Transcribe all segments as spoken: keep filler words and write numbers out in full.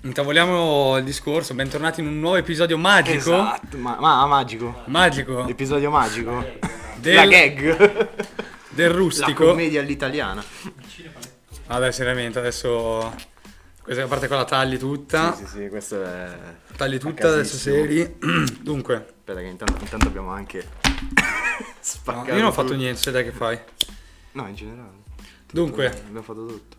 Intavoliamo il discorso, bentornati in un nuovo episodio magico. Esatto, ma, ma magico. Magico. Episodio magico. Del, La gag. del La rustico. commedia all'italiana. Ah dai, seriamente, adesso questa parte qua la tagli tutta. Sì, sì, sì, questo è... Tagli tutta, adesso seri. Dunque. Aspetta che intanto, intanto abbiamo anche No, spaccato io non ho tutto. fatto niente, sai dai che fai. No, in generale. Dunque. Abbiamo fatto tutto.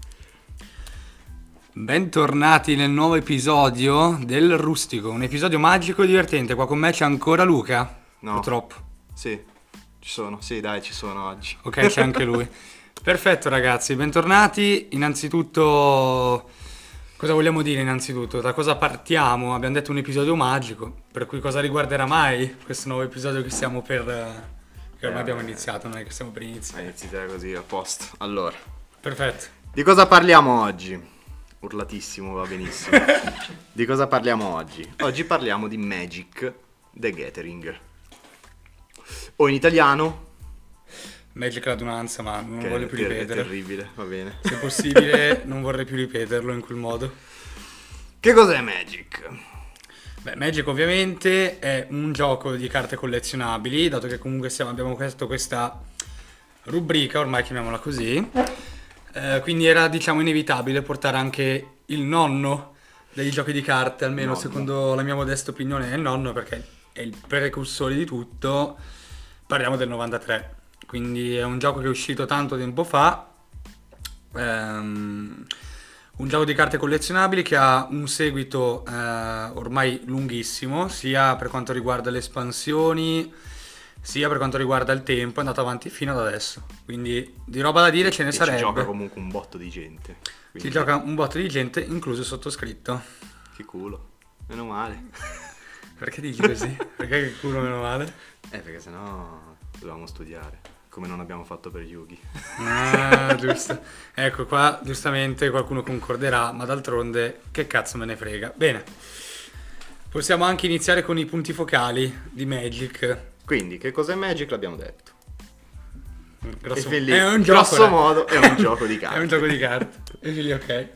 Bentornati nel nuovo episodio del Rustico, un episodio magico e divertente. Qua con me c'è ancora Luca. No. Purtroppo. Sì, ci sono. Sì, dai, ci sono oggi. Ok, c'è anche lui. Perfetto ragazzi, bentornati. Innanzitutto, cosa vogliamo dire innanzitutto? Da cosa partiamo? Abbiamo detto un episodio magico, per cui cosa riguarderà mai questo nuovo episodio che stiamo per... che ormai Eh, abbiamo iniziato, non è che stiamo per iniziare. Inizi te così, a posto. Allora, Perfetto. di cosa parliamo oggi? Urlatissimo, va benissimo. Di cosa parliamo oggi? Oggi parliamo di Magic the Gathering. O in italiano, Magic l'adunanza, ma non che voglio più è ter- ripetere. terribile, va bene. Se possibile non vorrei più ripeterlo in quel modo. Che cos'è Magic? Beh, Magic ovviamente è un gioco di carte collezionabili, dato che comunque siamo, abbiamo questo, questa rubrica, ormai chiamiamola così, eh, quindi era diciamo inevitabile portare anche il nonno dei giochi di carte, almeno Nonno. secondo la mia modesta opinione è il nonno, perché è il precursore di tutto. Parliamo del novantatré, quindi è un gioco che è uscito tanto tempo fa. Ehm, un gioco di carte collezionabili che ha un seguito eh, ormai lunghissimo, sia per quanto riguarda le espansioni, sia per quanto riguarda il tempo, è andato avanti fino ad adesso. Quindi di roba da dire ce ne E sarebbe. ci gioca comunque un botto di gente. Ci Quindi, gioca un botto di gente, incluso il sottoscritto. che culo. Meno male. Perché dici così? Perché che culo meno male? Eh, perché sennò dovevamo studiare. Come non abbiamo fatto per Yugi. Ah, giusto. Ecco qua, giustamente qualcuno concorderà, ma d'altronde che cazzo me ne frega. Bene. Possiamo anche iniziare con i punti focali di Magic. Quindi, che cos'è Magic l'abbiamo detto. Grosso, E fin lì, è un gioco, grosso dai. modo, è un gioco di carte. È un gioco di carte. E fin lì, ok.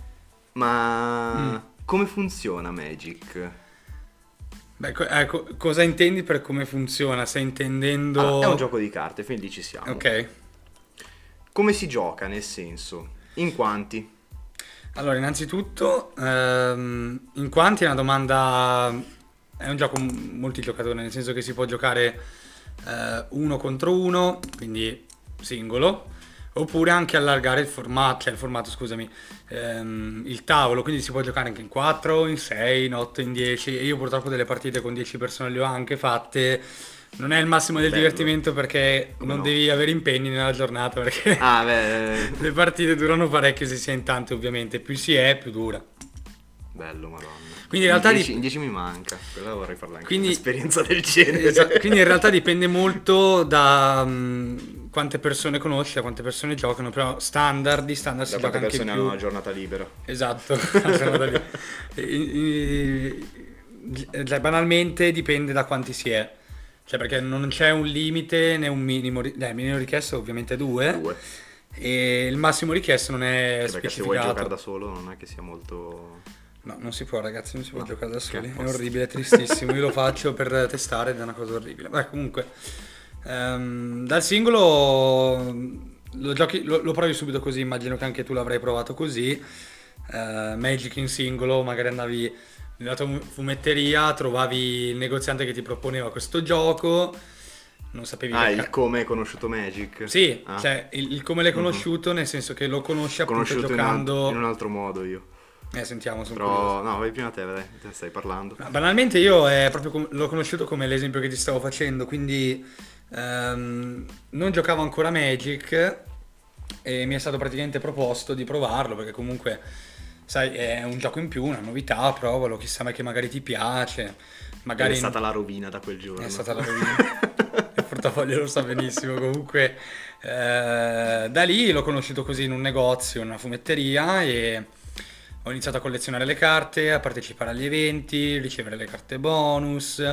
Ma Mm. come funziona Magic? Beh, co- ecco, cosa intendi per come funziona? Stai intendendo... Allora, è un gioco di carte, fin lì ci siamo. Ok. Come si gioca, nel senso? In quanti? Allora, innanzitutto, ehm, in quanti è una domanda... È un gioco m- multigiocatore, nel senso che si può giocare eh, uno contro uno, quindi singolo, oppure anche allargare il formato, cioè il formato, scusami, ehm, il tavolo, quindi si può giocare anche in quattro, in sei, in otto, in dieci. E io purtroppo delle partite con dieci persone le ho anche fatte. Non è il massimo del Bello. divertimento perché Come non no? devi avere impegni nella giornata, perché Ah, beh, le partite durano parecchio se si è in tante, ovviamente. Più si è, più dura. bello, madonna. Quindi in realtà dieci, di- in dieci mi manca. Quella vorrei farla anche. Quindi- Un'esperienza del genere. Esatto, quindi in realtà dipende molto da mm, quante persone conosci, da quante persone giocano, però standard, di standard Da si quante gioca anche persone più. hanno una giornata libera? Esatto, la giornata lì. E- e- cioè, banalmente dipende da quanti si è. Cioè, perché non c'è un limite né un minimo, ri- eh, il minimo richiesto ovviamente è due, Due. e il massimo richiesto non è Anche perché se vuoi giocare specificato. da solo non è che sia molto... No, non si può ragazzi, non si può No, giocare da che soli, è apposta. orribile, è tristissimo, io lo faccio per testare ed è una cosa orribile. Beh, comunque, ehm, dal singolo lo, giochi, lo, lo provi subito così, immagino che anche tu l'avrai provato così. Eh, Magic in singolo, magari andavi nella tua fumetteria, trovavi il negoziante che ti proponeva questo gioco, non sapevi Ah, che il ca- come hai conosciuto Magic? Sì, Ah. cioè il, il come l'hai conosciuto, nel senso che lo conosci appunto Conosciuto in, un alt- giocando... in un altro modo io. Eh, sentiamo, sono curioso. Però, no, vai prima te, dai, te stai parlando. Ma banalmente io è proprio com- l'ho conosciuto come l'esempio che ti stavo facendo, quindi ehm, non giocavo ancora a Magic e mi è stato praticamente proposto di provarlo perché comunque, sai, è un gioco in più, una novità, provalo, chissà mai che magari ti piace, magari È stata la rovina da quel giorno. è stata la rovina. Il portafoglio lo sa benissimo, comunque eh, da lì l'ho conosciuto così in un negozio, in una fumetteria e ho iniziato a collezionare le carte, a partecipare agli eventi, ricevere le carte bonus,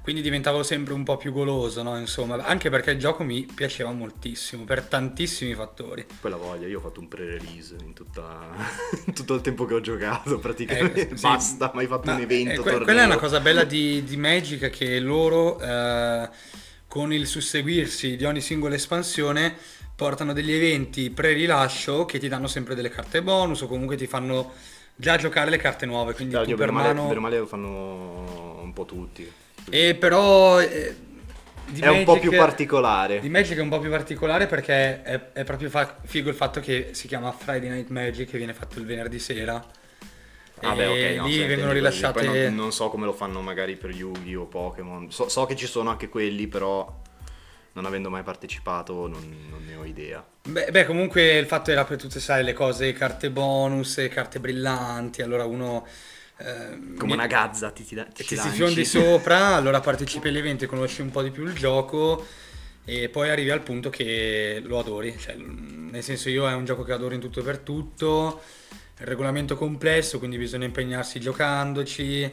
quindi diventavo sempre un po' più goloso, no? Insomma, anche perché il gioco mi piaceva moltissimo, per tantissimi fattori. Poi la voglia, io ho fatto un pre-release in, tutta... in tutto il tempo che ho giocato, praticamente. Eh, sì. Basta, mai fatto Ma, un eh, evento, que- torneo. quella è una cosa bella di, di Magic, che loro, eh, con il susseguirsi di ogni singola espansione, portano degli eventi pre-rilascio che ti danno sempre delle carte bonus o comunque ti fanno già giocare le carte nuove, quindi Cioè, tu io per bene o male, mano... bene o male lo fanno un po' tutti. E però eh, di È un po' Magic- più particolare. Di Magic è un po' più particolare perché è, è proprio fa- figo il fatto che si chiama Friday Night Magic, che viene fatto il venerdì sera. Ah beh, e ok, no, lì se vengono intendi così. rilasciate... Poi non, non so come lo fanno magari per Yu-Gi o Pokémon. So, so che ci sono anche quelli, però non avendo mai partecipato non, non ne ho idea. Beh, beh, comunque il fatto era per tutte, sai, le cose, carte bonus, carte brillanti, allora uno... ehm, Come una gazza ti, ti, ti, ti ti si lanci. fiondi sopra, allora partecipi all'evento e conosci un po' di più il gioco e poi arrivi al punto che lo adori, cioè, nel senso, io è un gioco che adoro in tutto e per tutto, il regolamento complesso, quindi bisogna impegnarsi giocandoci,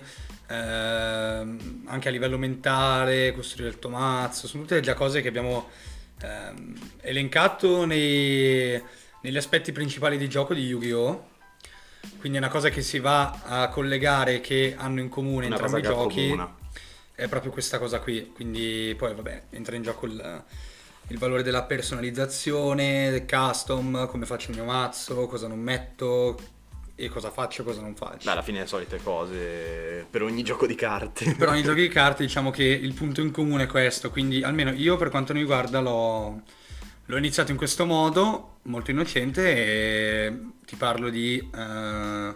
ehm, anche a livello mentale, costruire il tuo mazzo, sono tutte già cose che abbiamo ehm, elencato nei- negli aspetti principali di gioco di Yu-Gi-Oh! Quindi è una cosa che si va a collegare, che hanno in comune Una entrambi i cosa che giochi, accomuna. è proprio questa cosa qui. Quindi poi vabbè, entra in gioco il, il valore della personalizzazione, del custom, come faccio il mio mazzo, cosa non metto e cosa faccio e cosa non faccio. Beh, alla fine le solite cose per ogni gioco di carte. Per ogni gioco di carte diciamo che il punto in comune è questo, quindi almeno io per quanto mi riguarda l'ho, l'ho iniziato in questo modo, molto innocente, e ti parlo di eh,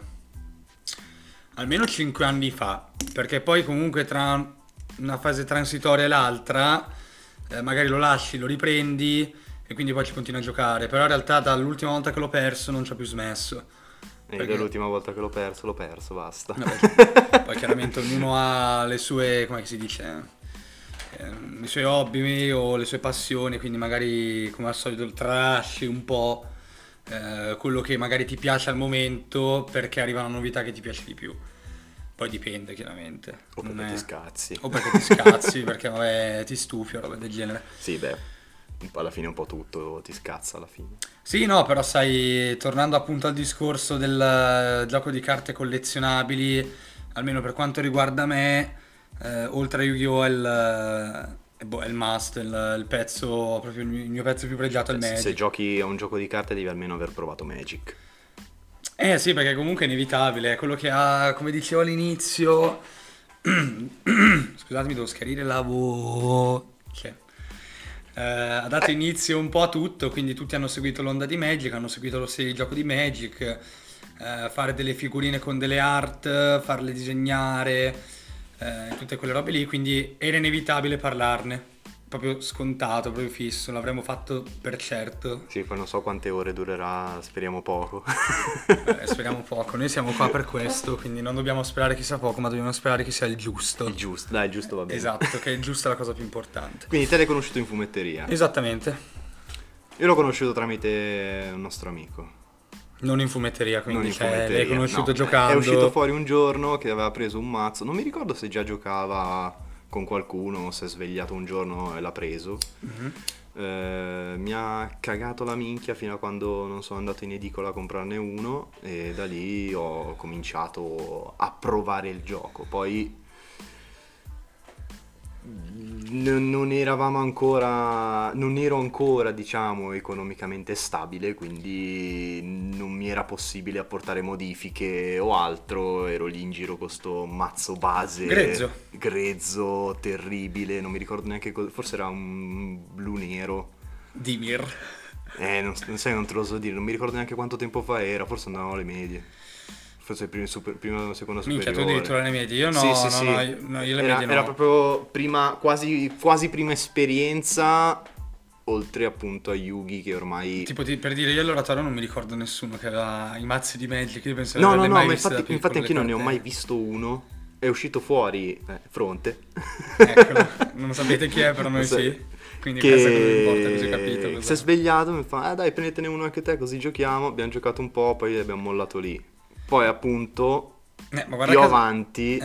almeno cinque anni fa, perché poi comunque tra una fase transitoria e l'altra eh, magari lo lasci, lo riprendi e quindi poi ci continui a giocare, però in realtà dall'ultima volta che l'ho perso non ci ho più smesso. E Perché- l'ultima volta che l'ho perso, l'ho perso, basta. Vabbè, poi chiaramente ognuno ha le sue, come si dice, eh, i suoi hobby o le sue passioni, quindi magari come al solito tralasci un po' eh, quello che magari ti piace al momento perché arriva una novità che ti piace di più. Poi dipende chiaramente. O Non perché è- ti scazzi. O perché ti scazzi, perché vabbè, ti stufi o roba del genere. Sì, beh, un po' alla fine un po' tutto ti scazza alla fine. Sì, no, però sai, tornando appunto al discorso del eh, gioco di carte collezionabili, almeno per quanto riguarda me, eh, oltre a Yu-Gi-Oh! È il, eh, boh, è il must, il, il pezzo, proprio il mio, il mio pezzo più pregiato è il Se, Magic. se giochi a un gioco di carte devi almeno aver provato Magic. Eh sì, perché comunque è inevitabile, è quello che ha, come dicevo all'inizio, scusatemi, devo schiarire la voce. Eh, ha dato inizio un po' a tutto, quindi tutti hanno seguito l'onda di Magic, hanno seguito lo stile di gioco di Magic, eh, fare delle figurine con delle art, farle disegnare, eh, tutte quelle robe lì, quindi era inevitabile parlarne, proprio scontato, proprio fisso, l'avremmo fatto per certo. Sì, poi non so quante ore durerà, speriamo poco. Eh, speriamo poco, noi siamo qua per questo, quindi non dobbiamo sperare che sia poco, ma dobbiamo sperare che sia il giusto. Il giusto, dai, il giusto va bene. Esatto, che il giusto è la cosa più importante. Quindi te l'hai conosciuto in fumetteria. Esattamente, Io l'ho conosciuto tramite un nostro amico. non in fumetteria, quindi Non in cioè, fumetteria, l'hai conosciuto no. giocando. È uscito fuori un giorno che aveva preso un mazzo. Non mi ricordo se già giocava con qualcuno o si è svegliato un giorno e l'ha preso. Mhm. Eh, mi ha cagato la minchia fino a quando non sono andato in edicola a comprarne uno e da lì ho cominciato a provare il gioco. Poi n- non eravamo ancora, non ero ancora, diciamo, economicamente stabile, quindi non mi era possibile apportare modifiche o altro. Ero lì in giro con sto mazzo base Grezzo. grezzo, terribile, non mi ricordo neanche cosa, forse era un blu nero. Dimir. Eh, non, non sai, non te lo so dire, non mi ricordo neanche quanto tempo fa era, forse andavamo alle medie. Forse prima, super, prima o seconda Minchia, superiore. tu addirittura le medie, io no, Sì, sì, no, sì. no, io, no, io le era, medie no. era proprio prima, quasi, quasi prima esperienza, oltre appunto a Yugi che ormai... Tipo ti- per dire, io all'oratorio non mi ricordo nessuno che aveva i mazzi di Magic, io penso di No, no, averle no, mai ma viste da infatti, piccolo, infatti anch'io le non ne ho carte. mai visto uno. È uscito fuori, eh, Fronte. Eccolo, non sapete chi è, però noi Non so- sì. Quindi questo è quello che importa, così ho capito. che cos'è. si è svegliato e mi fa, ah dai, prendetene uno anche te così giochiamo. Abbiamo giocato un po', poi abbiamo mollato lì. Poi appunto, Eh, ma guarda più che- avanti, Eh,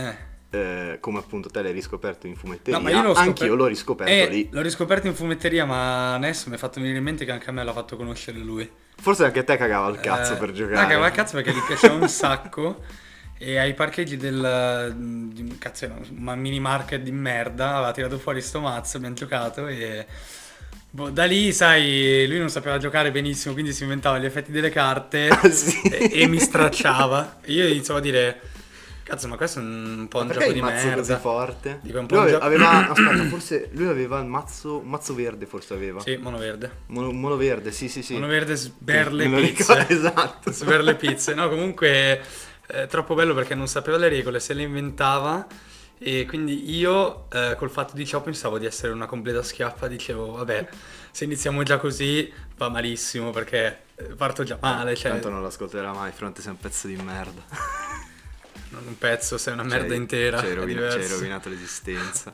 eh, come appunto te l'hai riscoperto in fumetteria, No, ma io l'ho anch'io scoper- l'ho riscoperto Eh, lì. l'ho riscoperto in fumetteria, ma adesso mi è fatto venire in mente che anche a me l'ha fatto conoscere lui. Forse anche a te cagava il cazzo Eh, per ah, giocare. cagava il cazzo perché gli piaceva un sacco. E ai parcheggi del di un cazzo, era un mini market di merda, aveva tirato fuori sto mazzo, abbiamo giocato e boh, da lì, sai, lui non sapeva giocare benissimo, quindi si inventava gli effetti delle carte Ah, sì. e, e mi stracciava. E io iniziavo a dire, cazzo, ma questo è un po' Ma un perché gioco il di mazzo merda. così forte? Dico, un po' Lui un ave- gio- aveva, aspetta, forse lui aveva il mazzo, un mazzo verde, forse aveva. Sì, mono verde. Mono, mono verde, sì, sì, sì. Mono verde sberle Me lo pizze. ricordo, esatto. Sberle pizze. No, comunque è troppo bello perché non sapeva le regole, se le inventava e quindi io eh, col fatto di ciò pensavo di essere una completa schiappa, dicevo vabbè, se iniziamo già così va malissimo perché eh, parto già male, cioè Tanto non l'ascolterà mai, Fronte sei un pezzo di merda. non un pezzo, sei una merda Ci hai- intera. Ci hai, è rovina- ci hai diverso. rovinato l'esistenza.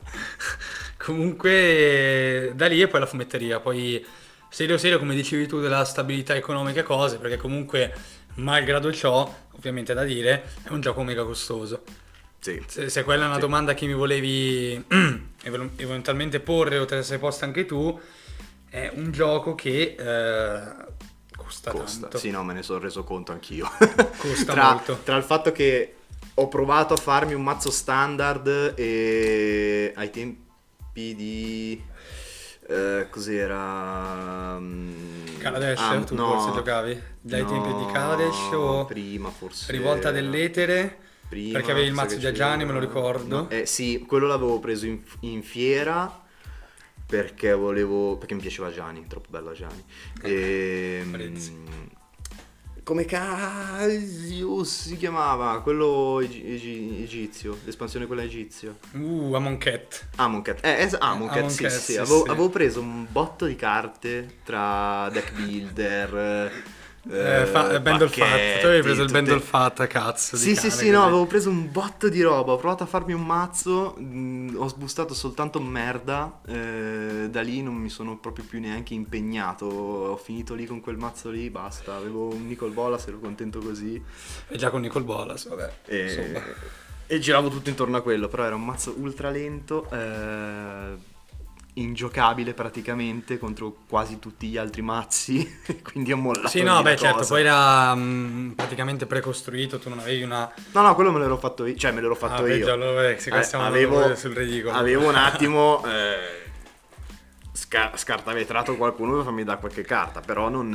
Comunque da lì e poi la fumetteria, poi serio serio come dicevi tu della stabilità economica e cose, perché comunque malgrado ciò, ovviamente è da dire, è un gioco mega costoso. Sì. Se, se quella è una Sì. domanda che mi volevi ev- eventualmente porre o te la sei posta anche tu, è un gioco che eh, costa, Costa. tanto. Sì, no, me ne sono reso conto anch'io. Costa tra, molto. tra il fatto che ho provato a farmi un mazzo standard e ai tempi di... eh, cos'era? Mm, Kaladesh, ah, tu no, forse giocavi? Dai no, tempi di Kaladesh o prima forse Rivolta era- dell'Etere? prima, Perché avevi il sai mazzo che di Agiani, me lo c'era- ricordo. no, eh, sì, quello l'avevo preso in, in fiera perché volevo, perché mi piaceva Gianni, troppo bello Gianni. E, Prezzi. come cazzo si chiamava? Quello egi- egi- egizio, l'espansione quella egizia. Uh, Amon Cat. Amonkhet, eh, es- Amonkhet, Amon sì, Cat, sì, sì, sì. Avevo, sì. avevo preso un botto di carte tra deck builder, Eh, fa- eh, Band of Fat. pacchetti, Tu avevi preso il tutte- Band of Fat, cazzo. di Sì, sì, cane, sì, no, così. avevo preso un botto di roba, ho provato a farmi un mazzo, mh, ho sbustato soltanto merda, eh, da lì non mi sono proprio più neanche impegnato, ho finito lì con quel mazzo lì, basta, avevo un Nicol Bolas, ero contento così E già con Nicole Bolas, vabbè. e, Insomma. e giravo tutto intorno a quello, però era un mazzo ultra lento, eh, ingiocabile praticamente contro quasi tutti gli altri mazzi, quindi ho mollato Sì, lì no, la beh, certo, cosa. poi era mh, praticamente precostruito, tu non avevi una... No, no, quello me l'ero fatto io, cioè me l'ero fatto Ah, beh, io. già, allora, sì, qua Eh, stiamo avevo, andando sul ridicolo. avevo un attimo eh, sca- scartavetrato qualcuno per farmi dare qualche carta, però non,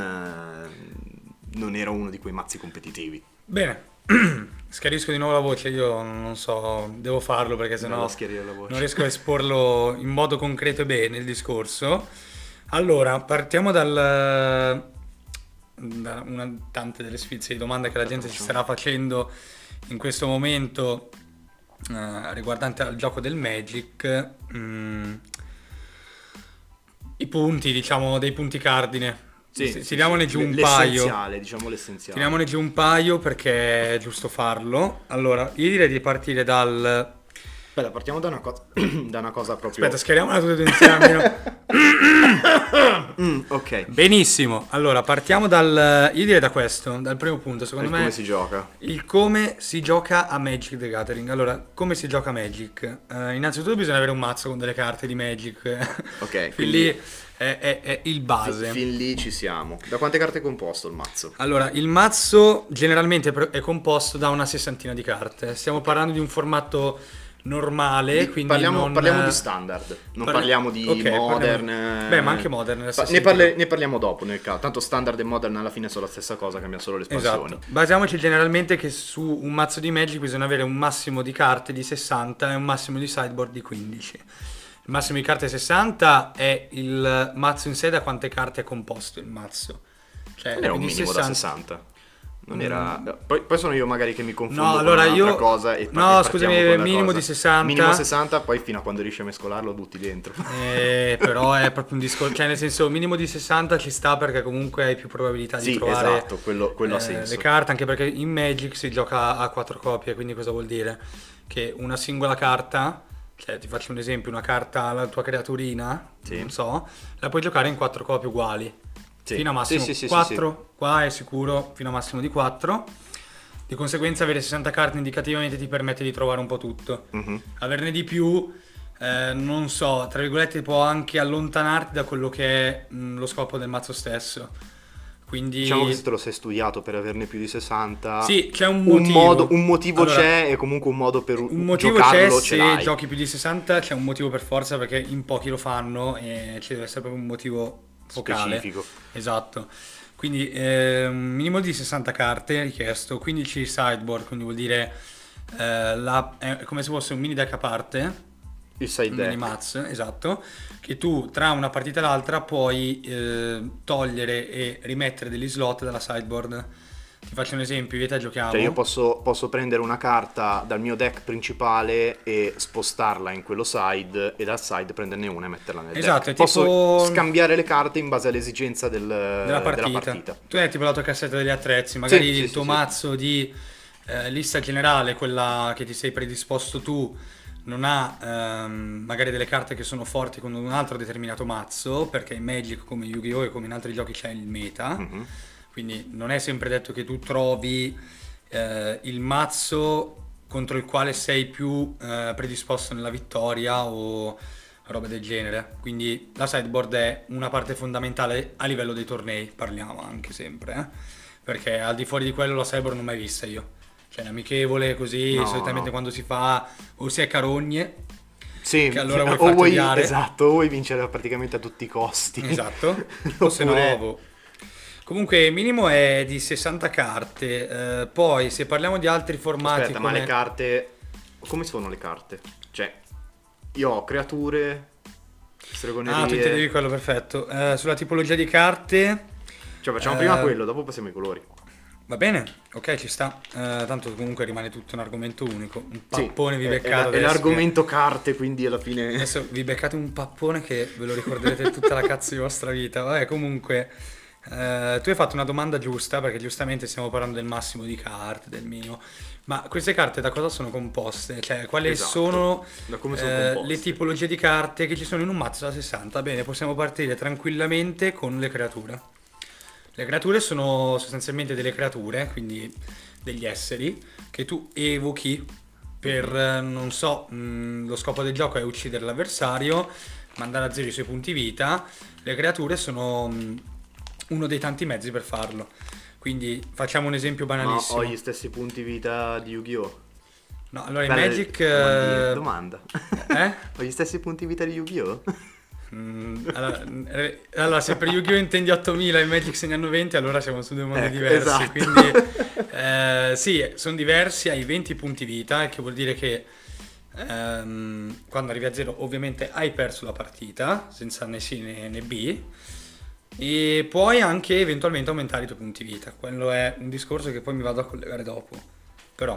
eh, non era uno di quei mazzi competitivi. Bene, schiarisco di nuovo la voce, io non so, devo farlo perché sennò Bella schiarire la voce. non riesco a esporlo in modo concreto e bene il discorso. Allora, partiamo dal... da una tante delle sfizie di domande che la gente si starà facendo in questo momento eh, riguardante al gioco del Magic. Mm, i punti, diciamo, dei punti cardine. Sì, Sì, sì, tiriamone sì. giù un L- paio. L'essenziale, diciamo l'essenziale. Tiriamone giù un paio perché è giusto farlo. Allora, io direi di partire dal... Aspetta, partiamo da una, cosa da una cosa proprio... Aspetta, schieriamola tutte e due insieme. almeno. Mm, ok. Benissimo, allora partiamo dal... Io direi da questo, dal primo punto. Secondo Il me come si gioca? il come si gioca a Magic the Gathering. Allora, come si gioca a Magic? Eh, innanzitutto bisogna avere un mazzo con delle carte di Magic. Ok, Fin quindi- lì è, è- è il base. Fin lì ci siamo. Da quante carte è composto il mazzo? Allora, il mazzo generalmente è composto da una sessantina di carte. Stiamo parlando di un formato normale, Di- quindi parliamo, non... parliamo di standard, non parli- parliamo di ok, modern. parliamo- eh, Beh, ma anche modern, nel pa- senso ne, che- parle- ne parliamo dopo nel caso. Tanto standard e modern alla fine sono la stessa cosa, cambia solo le espansioni. Esatto. Basiamoci generalmente che su un mazzo di Magic bisogna avere un massimo di carte di sessanta e un massimo di sideboard di quindici. Il massimo di carte sessanta è il mazzo in sé, da quante carte è composto il mazzo. Cioè, Non era un quindi minimo da sessanta. sessanta. Non era... Poi, poi sono io magari che mi confondo No, con allora un'altra io- cosa e no, e partiamo scusami, con la minimo cosa. di sessanta. Minimo sessanta, poi fino a quando riesci a mescolarlo lo butti dentro. Eh, però è proprio un discorso, cioè nel senso minimo di sessanta ci sta perché comunque hai più probabilità di Sì, trovare esatto, quello, quello ha eh, senso. le carte, anche perché in Magic si gioca a quattro copie, quindi cosa vuol dire? Che una singola carta, cioè ti faccio un esempio, una carta alla tua creaturina, Sì. non so, la puoi giocare in quattro copie uguali, Sì. fino a massimo Sì, sì, sì, sì, quattro, qua è sicuro, fino a massimo di quattro. Di conseguenza avere sessanta carte indicativamente ti permette di trovare un po' tutto. Mhm. Averne di più, eh, non so, tra virgolette può anche allontanarti da quello che è mh, lo scopo del mazzo stesso. Quindi Diciamo che se te lo sei studiato per averne più di sessanta, sì, c'è un un, motivo. modo, un motivo Allora, c'è e comunque un modo per un motivo c'è, giocarlo ce se l'hai. giochi più di sessanta c'è un motivo per forza, perché in pochi lo fanno e ci deve essere proprio un motivo focale. Specifico. Esatto. Quindi eh, un minimo di sessanta carte richiesto, quindici sideboard, quindi vuol dire eh, la- è come se fosse un mini deck a parte, Il side un deck. mini mazzo, esatto, che tu tra una partita e l'altra puoi eh, togliere e rimettere degli slot dalla sideboard. Ti faccio un esempio, io e te giochiamo. Cioè io posso, posso prendere una carta dal mio deck principale e spostarla in quello side e dal side prenderne una e metterla nel Esatto, deck. è tipo- Posso scambiare le carte in base all'esigenza del- della partita. della partita. Tu hai tipo la tua cassetta degli attrezzi, magari Sì, sì, il sì, tuo sì. mazzo di eh, lista generale, quella che ti sei predisposto tu, non ha ehm, magari delle carte che sono forti con un altro determinato mazzo, perché in Magic come Yu-Gi-Oh! E come in altri giochi c'è il meta, Mhm. quindi non è sempre detto che tu trovi eh, il mazzo contro il quale sei più eh, predisposto nella vittoria o roba del genere. Quindi la sideboard è una parte fondamentale a livello dei tornei, parliamo anche sempre, eh? Perché al di fuori di quello la sideboard non l'ho mai vista io. Cioè, in amichevole così, No, solitamente no. quando si fa o si è carogne, Sì, che allora sì, vuoi o farti vuoi, odiare. esatto, o vuoi vincere praticamente a tutti i costi. Esatto, o se no Oppure- boh. Comunque il minimo è di sessanta carte, eh, poi se parliamo di altri formati Aspetta, ma come... le carte... Come sono le carte? Cioè, io ho creature, stregonerie... Ah, tu intendevi quello, perfetto. Eh, sulla tipologia di carte, Cioè, facciamo Eh, prima quello, dopo passiamo ai colori. va bene, ok, ci sta. Eh, tanto comunque rimane tutto un argomento unico. Un Sì, pappone vi è- è, beccate la- è adesso. l'argomento carte, quindi alla fine... che- Adesso vi beccate un pappone che ve lo ricorderete tutta la cazzo di vostra vita. Vabbè, comunque, eh, tu hai fatto una domanda giusta, perché giustamente stiamo parlando del massimo di carte, del minimo. Ma queste carte da cosa sono composte? Cioè, quali Esatto, sono, da come sono eh, composte. le tipologie di carte che ci sono in un mazzo da sessanta? Bene, possiamo partire tranquillamente con le creature. Le creature sono sostanzialmente delle creature, quindi degli esseri, che tu evochi per, eh, non so, mh, lo scopo del gioco è uccidere l'avversario, mandare a zero i suoi punti vita. Le creature sono mh, uno dei tanti mezzi per farlo. Quindi facciamo un esempio Ma banalissimo. ho gli stessi punti vita di Yu-Gi-Oh! No, allora in Bella Magic... domandina- eh, Domanda. Eh? Ho gli stessi punti vita di Yu-Gi-Oh! Mm, allora, eh, allora, se per Yu-Gi-Oh! Intendi ottomila e Magic se ne hanno venti, allora siamo su due mondi Ecco, diversi. esatto. Quindi, eh, sì, sono diversi, hai venti punti vita, il che vuol dire che ehm, quando arrivi a zero ovviamente hai perso la partita, senza né sì né, né B, e puoi anche eventualmente aumentare i tuoi punti vita. Quello è un discorso che poi mi vado a collegare dopo. Però...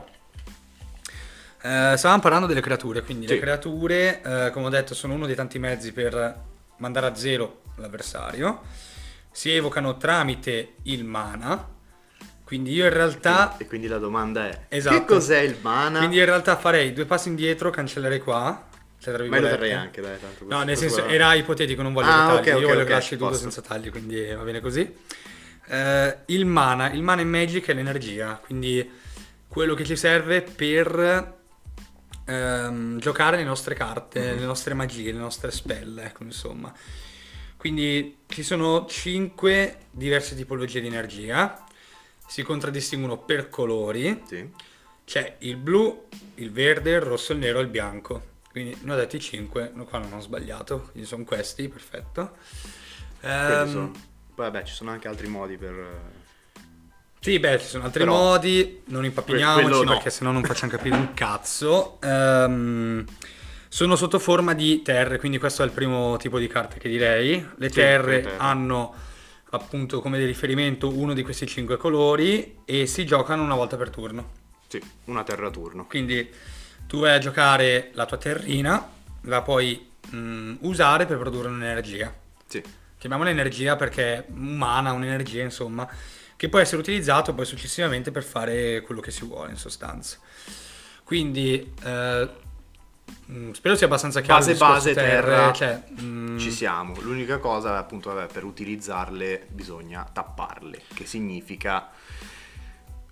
Eh, stavamo parlando delle creature, quindi Sì. le creature, eh, come ho detto, sono uno dei tanti mezzi per mandare a zero l'avversario. Si evocano tramite il mana, quindi io in realtà... E quindi la domanda è: Esatto. che cos'è il mana? Quindi in realtà farei due passi indietro, cancellerei qua. cioè, tra Ma io lo virgolette. terrei anche, dai, tanto No, questo- nel questo senso, va- era ipotetico, non voglio Ah, dettagli. ok, ok, Io voglio ok, che lasci tutto posso. senza tagli, quindi va bene così. Eh, il mana, il mana in Magic è l'energia, quindi quello che ci serve per ehm, giocare le nostre carte, Mhm. le nostre magie, le nostre spell, ecco, insomma. Quindi ci sono cinque diverse tipologie di energia, si contraddistinguono per colori. Sì. C'è il blu, il verde, il rosso, il nero e il bianco. Quindi ne ho detti cinque, no, qua non ho sbagliato, quindi sono questi, perfetto. Quelli Ehm, sono. Poi vabbè, ci sono anche altri modi per... eh, Sì, beh, ci sono altri Però- modi, non impappiniamoci quello no. perché sennò non facciamo capire un cazzo. Ehm, sono sotto forma di terre, quindi questo è il primo tipo di carte che direi. Le Sì, terre le terre. hanno appunto come di riferimento uno di questi cinque colori e si giocano una volta per turno. Sì, una terra a turno. Quindi tu vai a giocare la tua terrina, la puoi mh, usare per produrre un'energia. Sì. Chiamiamola energia perché è umana, un'energia insomma, che può essere utilizzato poi successivamente per fare quello che si vuole in sostanza. Quindi eh, mh, spero sia abbastanza chiaro Base, il discorso base, terre, terra. cioè, mh, Ci siamo. L'unica cosa, appunto, vabbè, per utilizzarle bisogna tapparle, che significa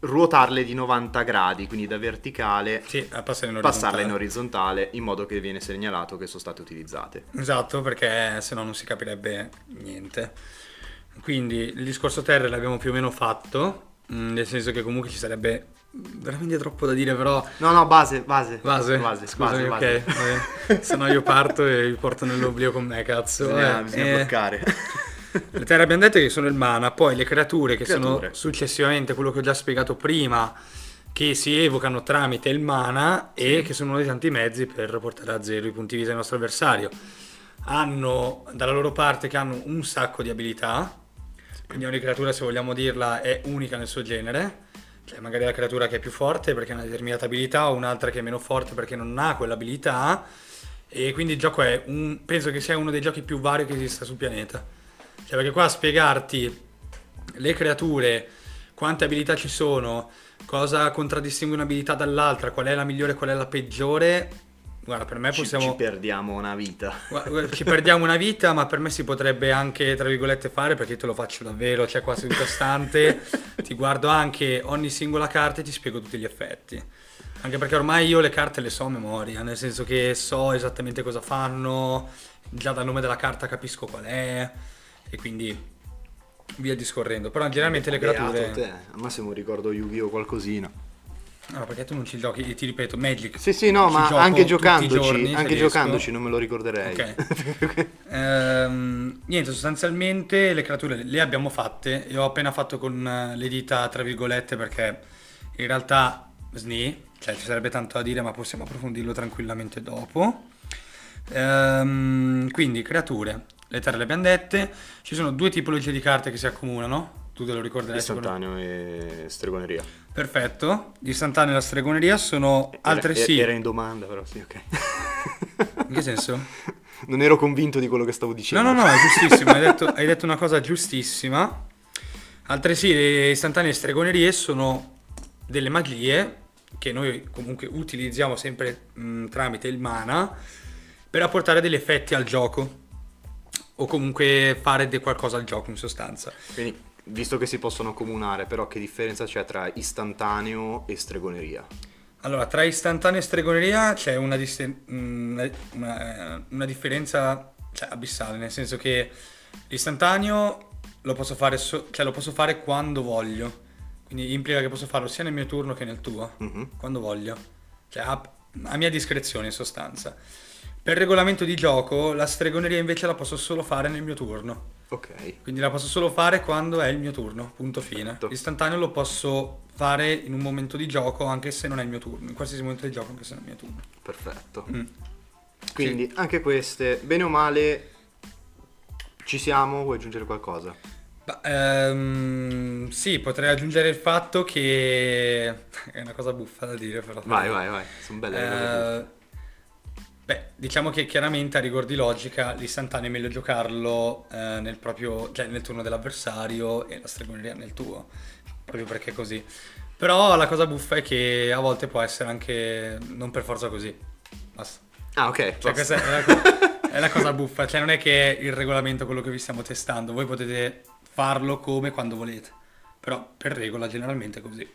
ruotarle di novanta gradi, quindi da verticale Sì, a passare in passarle in orizzontale. orizzontale in modo che viene segnalato che sono state utilizzate. Esatto, perché se no non si capirebbe niente. Quindi il discorso terra l'abbiamo più o meno fatto, mm, nel senso che comunque ci sarebbe veramente troppo da dire, però... No, no, base, base. Base? base Scusami, base, ok. base. Vabbè. Se no io parto e vi porto nell'oblio con me, cazzo. Bisogna, Eh, bisogna eh, bloccare. Le terre abbiamo detto che sono il mana, poi le creature che Creature. sono successivamente quello che ho già spiegato prima, che si evocano tramite il mana e che sono uno dei tanti mezzi per portare a zero i punti vita del nostro avversario. Hanno dalla loro parte che hanno un sacco di abilità, quindi ogni creatura, se vogliamo dirla, è unica nel suo genere. Cioè magari la creatura che è più forte perché ha una determinata abilità o un'altra che è meno forte perché non ha quell'abilità, e quindi il gioco è un, penso che sia uno dei giochi più vari che esista sul pianeta. Cioè perché qua spiegarti le creature, quante abilità ci sono, cosa contraddistingue un'abilità dall'altra, qual è la migliore e qual è la peggiore, guarda, per me Ci, possiamo... ci perdiamo una vita. Guarda, ci perdiamo una vita, ma per me si potrebbe anche, tra virgolette, fare, perché io te lo faccio davvero, cioè qua seduto stante, ti guardo anche ogni singola carta e ti spiego tutti gli effetti. Anche perché ormai io le carte le so a memoria, nel senso che so esattamente cosa fanno, già dal nome della carta capisco qual è, e quindi via discorrendo. Però generalmente le Beato creature... te, al massimo ricordo Yu-Gi-Oh qualcosina. No, perché tu non ci giochi, ti ripeto, Magic. Sì, sì, no, ci ma gioco anche tutti i giocandoci, giorni, se anche riesco. giocandoci non me lo ricorderei. Ok. Ehm, niente, sostanzialmente le creature le abbiamo fatte. Io ho appena fatto con eh, le dita, tra virgolette, perché in realtà S N I, cioè ci sarebbe tanto da dire, ma possiamo approfondirlo tranquillamente dopo. Ehm, quindi, creature, le terre le abbiamo dette. Ci sono due tipologie di carte che si accomunano. Tu te lo ricorderai Istantaneo e stregoneria. Perfetto. L'istantaneo e la stregoneria sono altresì... Era, era in domanda, però sì, ok. In che senso? Non ero convinto di quello che stavo No, dicendo. no, no, è giustissimo, hai detto, hai detto una cosa giustissima. Altresì le istantanee stregonerie sono delle magie che noi comunque utilizziamo sempre mh, tramite il mana per apportare degli effetti al gioco o comunque fare de qualcosa al gioco in sostanza. Quindi, visto che si possono comunare, però che differenza c'è tra istantaneo e stregoneria? Allora, tra istantanea e stregoneria c'è una, diste- una, una- una differenza, cioè, abissale, nel senso che l'istantaneo lo posso fare, so- cioè, lo posso fare quando voglio, quindi implica che posso farlo sia nel mio turno che nel tuo, Mhm. quando voglio, cioè a, a mia discrezione in sostanza. Per regolamento di gioco la stregoneria invece la posso solo fare nel mio turno. Ok, Quindi la posso solo fare quando è il mio turno, punto fine. Perfetto. L'istantaneo lo posso fare in un momento di gioco anche se non è il mio turno, in qualsiasi momento di gioco anche se non è il mio turno. perfetto. Mm. Quindi, anche queste, bene o male, ci siamo? Vuoi aggiungere qualcosa? Bah, ehm, sì, potrei aggiungere il fatto che è una cosa buffa da dire, però. Vai, vai, vai, sono belle le cose buffe. Eh, beh, diciamo che chiaramente a rigor di logica l'istantaneo è meglio giocarlo eh, nel proprio, cioè nel turno dell'avversario e la stregoneria nel tuo, proprio perché è così. Però la cosa buffa è che a volte può essere anche non per forza così. Basta. Ah, ok, Cioè, basta. questa è la, co- è la cosa buffa, cioè non è che è il regolamento quello che vi stiamo testando, voi potete farlo come quando volete, però per regola generalmente è così.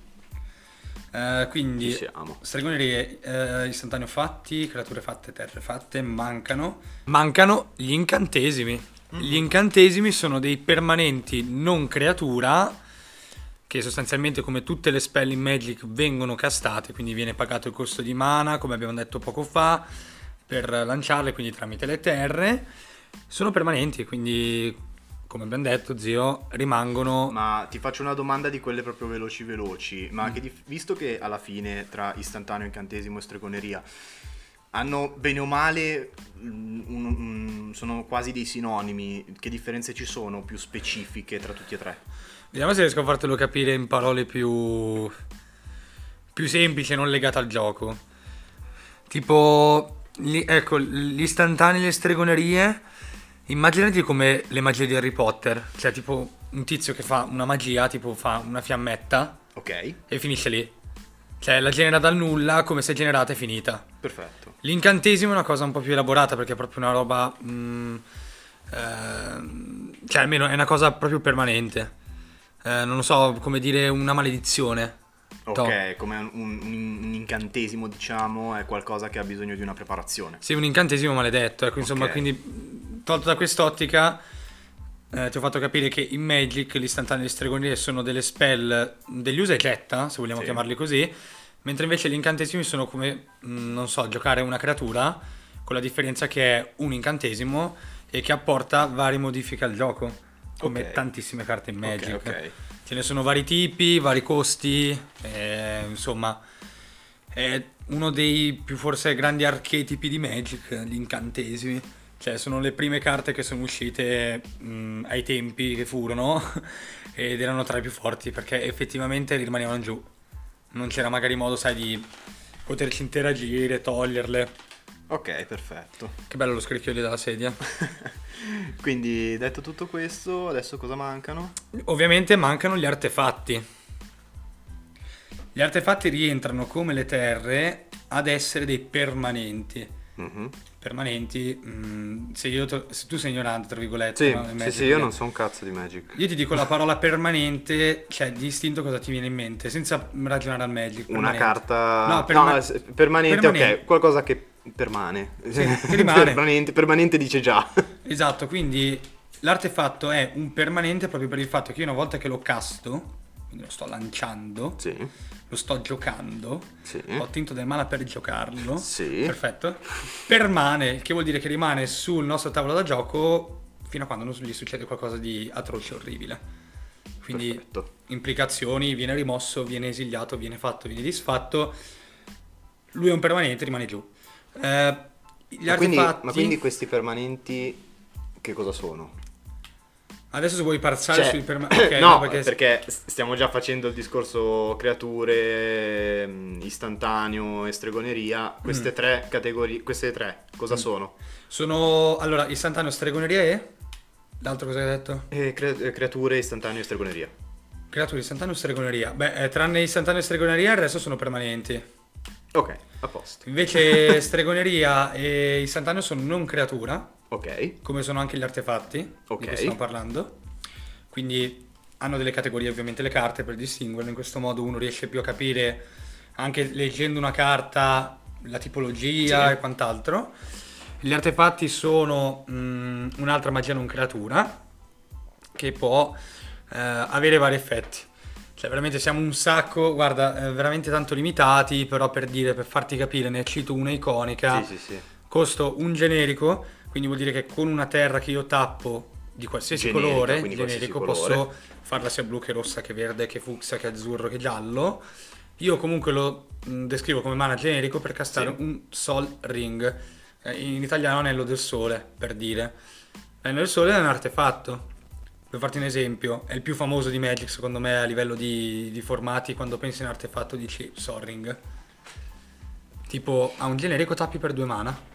Eh, quindi Ci siamo. stregonerie, eh, istantaneo fatti, creature fatte, terre fatte, mancano. Mancano gli incantesimi. Gli incantesimi sono dei permanenti non creatura che sostanzialmente, come tutte le spell in Magic, vengono castate, quindi viene pagato il costo di mana, come abbiamo detto poco fa, per lanciarle, quindi tramite le terre. Sono permanenti, quindi, come abbiamo detto, zio, rimangono... Ma ti faccio una domanda di quelle proprio veloci veloci. Ma che dif- visto che alla fine tra istantaneo, incantesimo e stregoneria hanno bene o male mm, un- un- sono quasi dei sinonimi, che differenze ci sono più specifiche tra tutti e tre? Vediamo se riesco a fartelo capire in parole più... più semplici e non legate al gioco. Tipo, gli- ecco, gli istantanei e le stregonerie, immaginati come le magie di Harry Potter, cioè tipo un tizio che fa una magia, tipo fa una fiammetta Ok, e finisce lì. Cioè la genera dal nulla, come se è generata e finita. perfetto. L'incantesimo è una cosa un po' più elaborata perché è proprio una roba... mm, ehm, cioè almeno è una cosa proprio permanente. eh, non lo so come dire, una maledizione. Ok, Toh. come un, un- un incantesimo, diciamo, è qualcosa che ha bisogno di una preparazione. Sì, un incantesimo maledetto, ecco, insomma, Ok. quindi tolto da quest'ottica, eh, ti ho fatto capire che in Magic l'istantanea di stregoneria sono delle spell, degli usa e getta, se vogliamo Sì. chiamarli così, mentre invece gli incantesimi sono come, mh, non so, giocare una creatura, con la differenza che è un incantesimo e che apporta varie modifiche al gioco, come Ok. tantissime carte in Magic. Ok, ok. Ce ne sono vari tipi, vari costi, eh, insomma, è uno dei più forse grandi archetipi di Magic, gli incantesimi. Cioè, sono le prime carte che sono uscite mh, ai tempi che furono ed erano tra le più forti perché effettivamente rimanevano giù. Non c'era magari modo, sai, di poterci interagire, toglierle. Ok, perfetto. Che bello lo scricchiolio della sedia. Quindi, detto tutto questo, adesso cosa mancano? Ovviamente mancano gli artefatti. Gli artefatti rientrano come le terre ad essere dei permanenti. Mhm. Permanenti, mh, se, io to- se tu sei ignorante, tra virgolette, Sì, no, in sì, Magic, sì, io non so un cazzo di Magic. io ti dico la parola permanente, cioè di istinto cosa ti viene in mente, senza ragionare al Magic. Una Permanente. carta... No, perma- no, s- permanente, permanente. ok, qualcosa che permane. Sì, che rimane. permanente, permanente dice già. Esatto, quindi l'artefatto è un permanente proprio per il fatto che io una volta che lo casto, quindi lo sto lanciando, Sì, lo sto giocando, sì. ho ottenuto del mana per giocarlo, Sì. perfetto, permane, il che vuol dire che rimane sul nostro tavolo da gioco fino a quando non gli succede qualcosa di atroce e orribile. Quindi Perfetto. implicazioni, viene rimosso, viene esiliato, viene fatto, viene disfatto, lui è un permanente, rimane giù. Eh, gli Ma quindi, artefatti, ma quindi questi permanenti che cosa sono? adesso se vuoi parlare Cioè, sui permanenti, no, no, perché... perché stiamo già facendo il discorso creature, mh, istantaneo e stregoneria. Queste Mm. tre categorie, queste tre cosa sono? sono, allora, istantaneo, stregoneria e l'altro cosa hai detto? Eh, cre- eh, creature, istantaneo e stregoneria. Creatura istantaneo e stregoneria. Beh, eh, tranne istantaneo e stregoneria il resto sono permanenti. Ok, a posto. Invece stregoneria e istantaneo sono non creatura, Ok, come sono anche gli artefatti Ok. di cui stiamo parlando. Quindi hanno delle categorie ovviamente le carte per distinguerle. In questo modo uno riesce più a capire, anche leggendo una carta, la tipologia Sì. e quant'altro. Gli artefatti sono mh, un'altra magia non creatura che può eh, avere vari effetti. Cioè veramente siamo un sacco, guarda, eh, veramente tanto limitati, però per dire, per farti capire, ne cito una iconica. sì, sì, sì. Costo un generico, quindi vuol dire che con una terra che io tappo di qualsiasi Generica, colore, quindi generico, qualsiasi posso colore. farla sia blu che rossa, che verde, che fucsia, che azzurro, che giallo. Io comunque lo mh, descrivo come mana generico per castare Sì. un Sol Ring. Eh, In italiano anello del sole, per dire. L'anello del sole è un artefatto. Per farti un esempio, è il più famoso di Magic secondo me a livello di, di formati. Quando pensi in artefatto dici Sol Ring. Tipo, ha un generico tappi per due mana.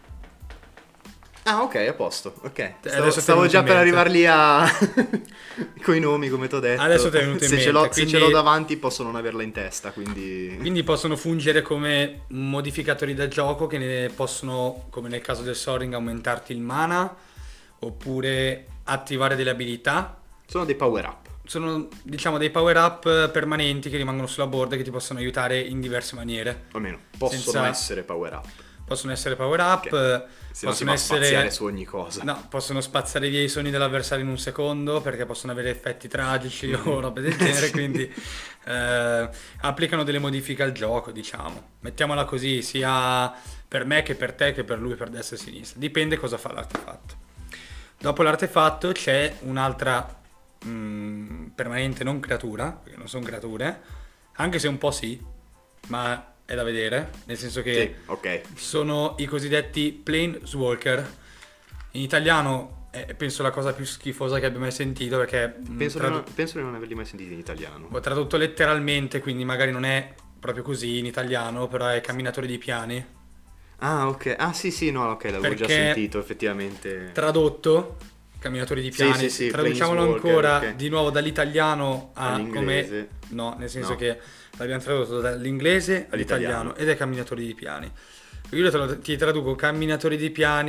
Ah, ok, a posto. Ok. Stavo, adesso ti è stavo venuto già in per mente. arrivar lì a... coi nomi, come ti ho detto. Adesso ti è venuto in se mente, Ce l'ho, se quindi- ce l'ho davanti posso non averla in testa, quindi... Quindi possono fungere come modificatori da gioco che ne possono, come nel caso del Soaring, aumentarti il mana oppure attivare delle abilità. Sono dei power up. Sono, diciamo, dei power up permanenti che rimangono sulla board e che ti possono aiutare in diverse maniere. O almeno, possono Senza- essere power up. Possono essere power up, Ok. Se no si possono va a spaziare essere... su ogni cosa. No, possono spazzare via i sogni dell'avversario in un secondo perché possono avere effetti tragici o robe del genere, quindi eh, applicano delle modifiche al gioco, diciamo. Mettiamola così, sia per me che per te che per lui per destra e sinistra. Dipende cosa fa l'artefatto. Dopo l'artefatto c'è un'altra mh, permanente non creatura, perché non sono creature, anche se un po' sì, ma è da vedere, nel senso che Sì, ok. sono i cosiddetti Planeswalker. In italiano è penso la cosa più schifosa che abbia mai sentito perché mh, Penso, di tradu- non, penso di non averli mai sentiti in italiano. ho tradotto letteralmente, quindi magari non è proprio così in italiano, però è camminatori di piani. Ah, ok. Ah, sì, sì, no, ok, l'avevo già Perché- sentito, effettivamente. Tradotto, camminatori di Sì, piani, sì, sì, traduciamolo Planeswalker, ancora ok. di nuovo dall'italiano a All'inglese. come... No, nel senso No. che l'abbiamo tradotto dall'inglese all'italiano All'italiano. ed è camminatori di piani. Io te lo- ti traduco camminatori di piani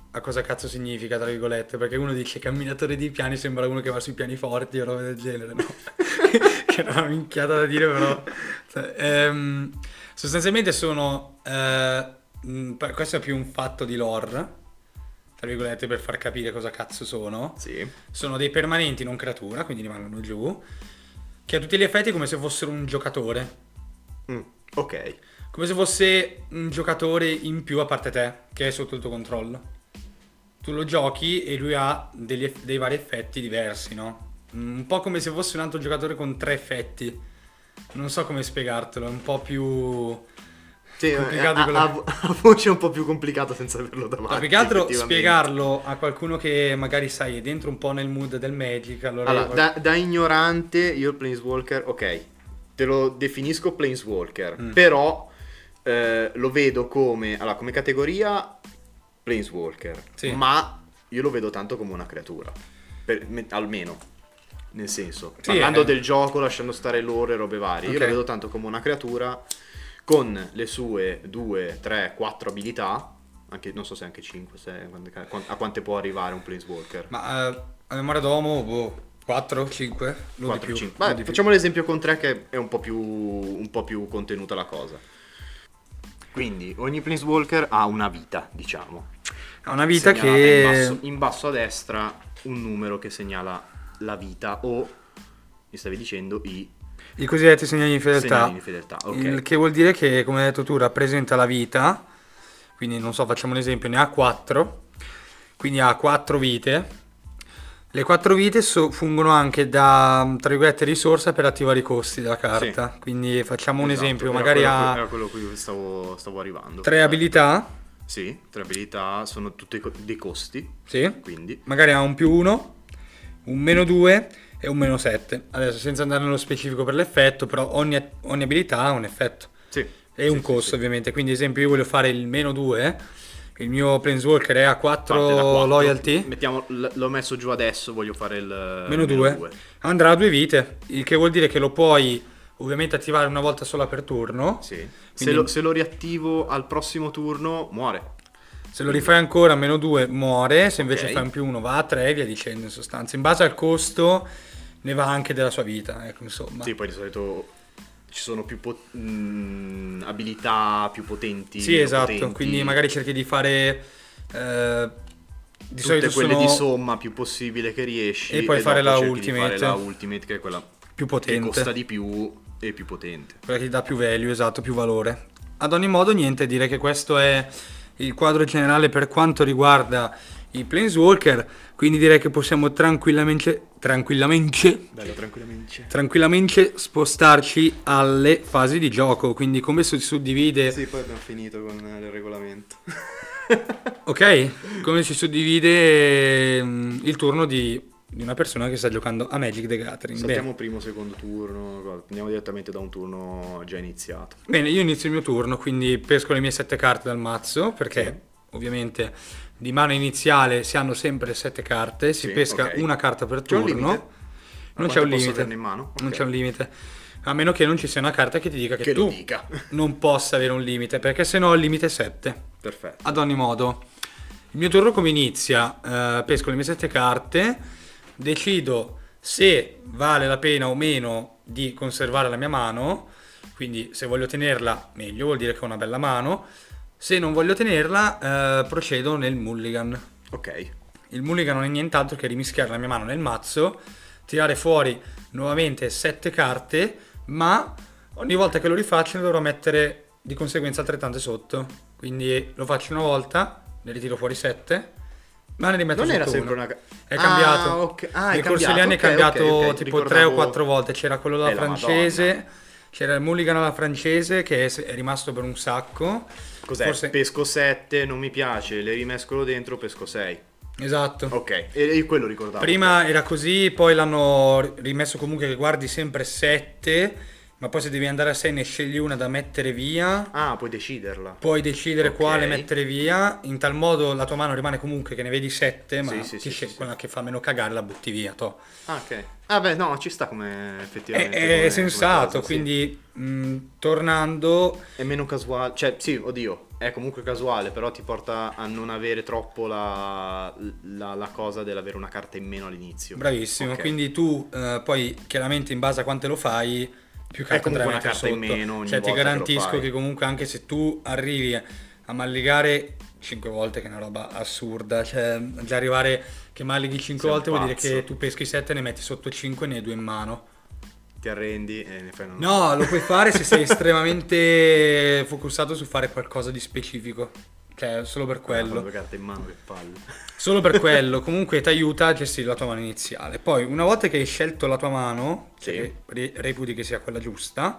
a cosa cazzo significa, tra virgolette, perché uno dice camminatore di piani, sembra uno che va sui piani forti o roba del genere, no? Che è una minchiata da dire, però... Cioè, ehm, sostanzialmente sono... eh, mh, per- questo è più un fatto di lore, tra virgolette, per far capire cosa cazzo sono. Sì. Sono dei permanenti non creatura, quindi rimangono giù, che a tutti gli effetti è come se fossero un giocatore. Mm, ok. Come se fosse un giocatore in più a parte te, che è sotto il tuo controllo. Tu lo giochi e lui ha degli eff- dei vari effetti diversi, no? Un po' come se fosse un altro giocatore con tre effetti. Non so come spiegartelo, è un po' più Sì, complicato ha, di quello ha, ha voce un po' più complicata senza averlo davanti. Ma più che altro effettivamente. spiegarlo a qualcuno che magari, sai, è dentro un po' nel mood del Magic. Allora, Allora, io- da, da ignorante, io il Planeswalker, ok, te lo definisco Planeswalker, Mm. però eh, lo vedo come, allora, come categoria Planeswalker, Sì. ma io lo vedo tanto come una creatura, per- me- almeno, nel senso, Sì, parlando eh. del gioco, lasciando stare lore e robe varie, io Ok. lo vedo tanto come una creatura con le sue due, tre, quattro abilità, anche, non so se anche cinque, sei, a quante può arrivare un Planeswalker. Ma eh, a memoria d'uomo, boh, quattro, cinque? Non quattro, di più. cinque. non Beh, di più. facciamo l'esempio con tre che è un po' più un po' più contenuta la cosa. Quindi ogni Planeswalker ha una vita, diciamo. Ha una vita Segnalata che... in basso, in basso a destra un numero che segnala la vita o, mi stavi dicendo, i I cosiddetti segnali di fedeltà. segnali di fedeltà. Ok. Il che vuol dire che, come hai detto tu, rappresenta la vita. Quindi, non so, facciamo un esempio, ne ha quattro. Quindi ha quattro vite. Le quattro vite so- fungono anche da, tra virgolette, risorsa per attivare i costi della carta. Quindi facciamo un Esatto, esempio, era magari quello, ha era quello a cui stavo, stavo arrivando. tre abilità. Sì, tre abilità sono tutte co- dei costi, Sì. quindi Magari ha un più uno, un meno due e un meno sette. Adesso senza andare nello specifico per l'effetto, però ogni, ogni abilità ha un effetto sì. e sì, un sì, costo sì. ovviamente. Quindi esempio io voglio fare il meno due, il mio Planeswalker è a Parte da quattro quattro. loyalty, Mettiamo, l- l'ho messo giù adesso, voglio fare il meno due, andrà a due vite, il che vuol dire che lo puoi ovviamente attivare una volta sola per turno. Sì. Se, Quindi- lo, se lo riattivo al prossimo turno, muore. Se lo rifai ancora a meno due muore, se invece Ok. fai un più uno va a tre e via dicendo in sostanza. In base al costo ne va anche della sua vita, ecco insomma. Sì, poi di solito ci sono più pot- mh, abilità più potenti. Sì, meno esatto, potenti, quindi magari cerchi di fare eh, di tutte solito quelle sono di somma più possibile che riesci E poi fare dopo la cerchi di ultimate. fare la ultimate che è quella più che potente, costa di più e più potente. quella che ti dà più value, esatto, più valore. Ad ogni modo, niente, direi che questo è il quadro generale per quanto riguarda i Planeswalker, quindi direi che possiamo tranquillamente, tranquillamente, Bello, tranquillamente. tranquillamente spostarci alle fasi di gioco, quindi come si suddivide... Sì, poi abbiamo finito con il regolamento. Ok, come si suddivide mm, il turno di, di una persona che sta giocando a Magic the Gathering. Bene. Saltiamo primo, secondo turno, andiamo direttamente da un turno già iniziato. Bene, io inizio il mio turno, quindi pesco le mie sette carte dal mazzo, perché Sì. ovviamente di mano iniziale si hanno sempre sette carte, si Sì, pesca ok. una carta per C'è un turno. limite? Non A c'è un quante posso limite. averne in mano? Non Ok. c'è un limite. A meno che non ci sia una carta che ti dica che, Che lo tu dica. non possa avere un limite, perché se no il limite è sette. Perfetto. Ad ogni modo, il mio turno come inizia? Eh, pesco le mie sette carte, decido se vale la pena o meno di conservare la mia mano, quindi se voglio tenerla meglio, vuol dire che ho una bella mano, se non voglio tenerla eh, procedo nel mulligan. Ok. Il mulligan non è nient'altro che rimischiare la mia mano nel mazzo, tirare fuori nuovamente sette carte, ma ogni volta che lo rifaccio ne dovrò mettere di conseguenza altrettante sotto. Quindi lo faccio una volta, ne ritiro fuori sette, ma ne rimetto Non sotto era sempre una. una... È cambiato. Ah, ok. Ah, Nel è corso degli anni è cambiato, cambiato ok, ok, tipo ricordavo- tre o quattro volte. C'era quello alla Eh, la francese, Madonna. c'era il mulligan alla francese che è è rimasto per un sacco. Cos'è? Forse- Pesco sette, non mi piace, le rimescolo dentro, pesco sei. Esatto. Ok, e, e quello ricordavo. Prima era così, poi l'hanno rimesso comunque che guardi sempre sette ma poi se devi andare a sei ne scegli una da mettere via, Ah, puoi deciderla. puoi decidere Ok. quale mettere via, in tal modo la tua mano rimane comunque che ne vedi sette, ma Sì, sì, ti sì, scegli sì, quella che fa meno cagare, la butti via, toh. Ah, ok. Ah, beh, no, ci sta come È, effettivamente è come, come sensato, cosa, sì. quindi mh, tornando, È meno casuale, cioè sì, oddio, è comunque casuale, però ti porta a non avere troppo la, la, la cosa dell'avere una carta in meno all'inizio. bravissimo, Ok. quindi tu eh, poi chiaramente in base a quante lo fai, più È carta andrai a comunque una mettere carta in sotto. meno ogni Cioè ti volta che lo garantisco fai. che comunque anche se tu arrivi a malligare cinque volte, che è una roba assurda, cioè già arrivare che mallighi cinque Sei un volte vuol dire pazzo. che tu peschi sette, ne metti sotto cinque e ne hai due in mano. Ti arrendi e ne fai una No, lo puoi fare se sei estremamente focussato su fare qualcosa di specifico. Cioè, solo per Ah, con quello. due carte in mano, che palle. Solo per quello. Comunque ti aiuta a gestire la tua mano iniziale. Poi, una volta che hai scelto la tua mano, Sì. cioè che re- reputi che sia quella giusta,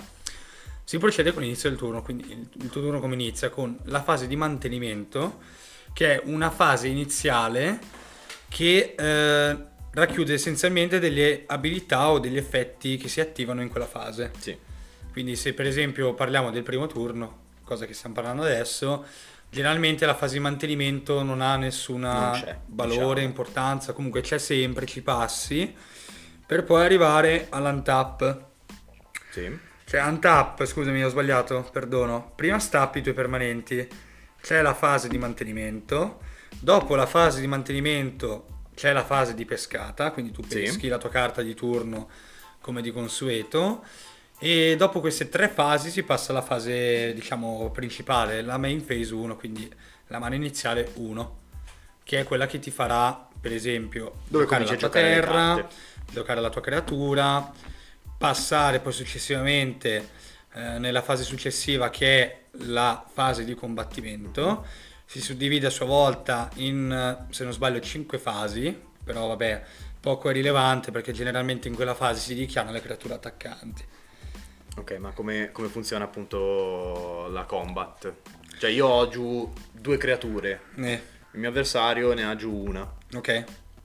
si procede con l'inizio del turno. Quindi il, il tuo turno come inizia? Con la fase di mantenimento, che è una fase iniziale che eh, racchiude essenzialmente delle abilità o degli effetti che si attivano in quella fase. Sì. Quindi se per esempio parliamo del primo turno, cosa che stiamo parlando adesso, generalmente la fase di mantenimento non ha Non nessuna c'è, valore, diciamo. importanza, comunque c'è sempre, ci passi, per poi arrivare all'untap. Sì. Cioè untap, scusami, ho sbagliato, perdono. Prima stappi i tuoi permanenti, c'è la fase di mantenimento, dopo la fase di mantenimento c'è la fase di pescata, quindi tu Sì. peschi la tua carta di turno come di consueto. E dopo queste tre fasi si passa alla fase, diciamo, principale, la main phase uno, quindi la mano iniziale uno, che è quella che ti farà, per esempio, Dove giocare cominci la a tua giocare le terra, carte. giocare la tua creatura, passare poi successivamente eh, nella fase successiva che è la fase di combattimento. Si suddivide a sua volta in, eh, se non sbaglio, cinque fasi, però vabbè, poco è rilevante perché generalmente in quella fase si dichiarano le creature attaccanti. Ok, ma come, come funziona appunto la combat? Cioè io ho giù due creature, Eh, il mio avversario ne ha giù una. ok.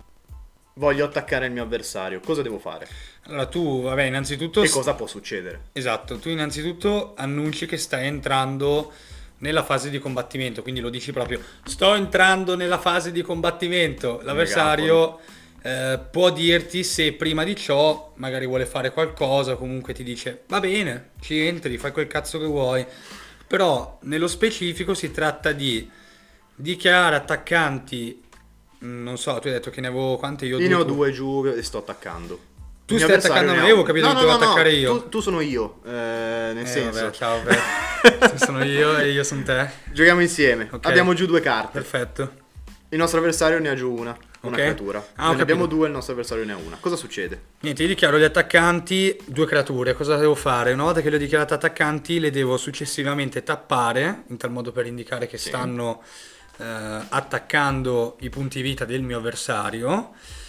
Voglio attaccare il mio avversario, cosa devo fare? Allora tu, vabbè, innanzitutto... E cosa può succedere? Esatto, tu innanzitutto annunci che stai entrando nella fase di combattimento, quindi lo dici proprio, sto entrando nella fase di combattimento. L'avversario eh, può dirti se prima di ciò magari vuole fare qualcosa, comunque ti dice, va bene, ci entri, fai quel cazzo che vuoi. Però nello specifico si tratta di dichiarare attaccanti, mh, non so, tu hai detto che ne avevo quante io? Io ne ho tu? due giù e sto attaccando. Tu Il mio stai avversario attaccando ne me, ha io avevo uno. capito No, che no, dovevo no, no, attaccare io. Tu, tu sono io, eh, nel Eh, senso. vabbè, ciao, per... sono io e io sono te. Giochiamo insieme. Ok. Abbiamo giù due carte. Perfetto. Il nostro avversario ne ha giù una, una Ok. creatura. Ah, ho Noi ne abbiamo capito. due, il nostro avversario ne ha una. Cosa succede? Niente, io dichiaro gli attaccanti due creature. Cosa devo fare? Una volta che le ho dichiarate attaccanti, le devo successivamente tappare, in tal modo per indicare che Sì. stanno eh, attaccando i punti vita del mio avversario.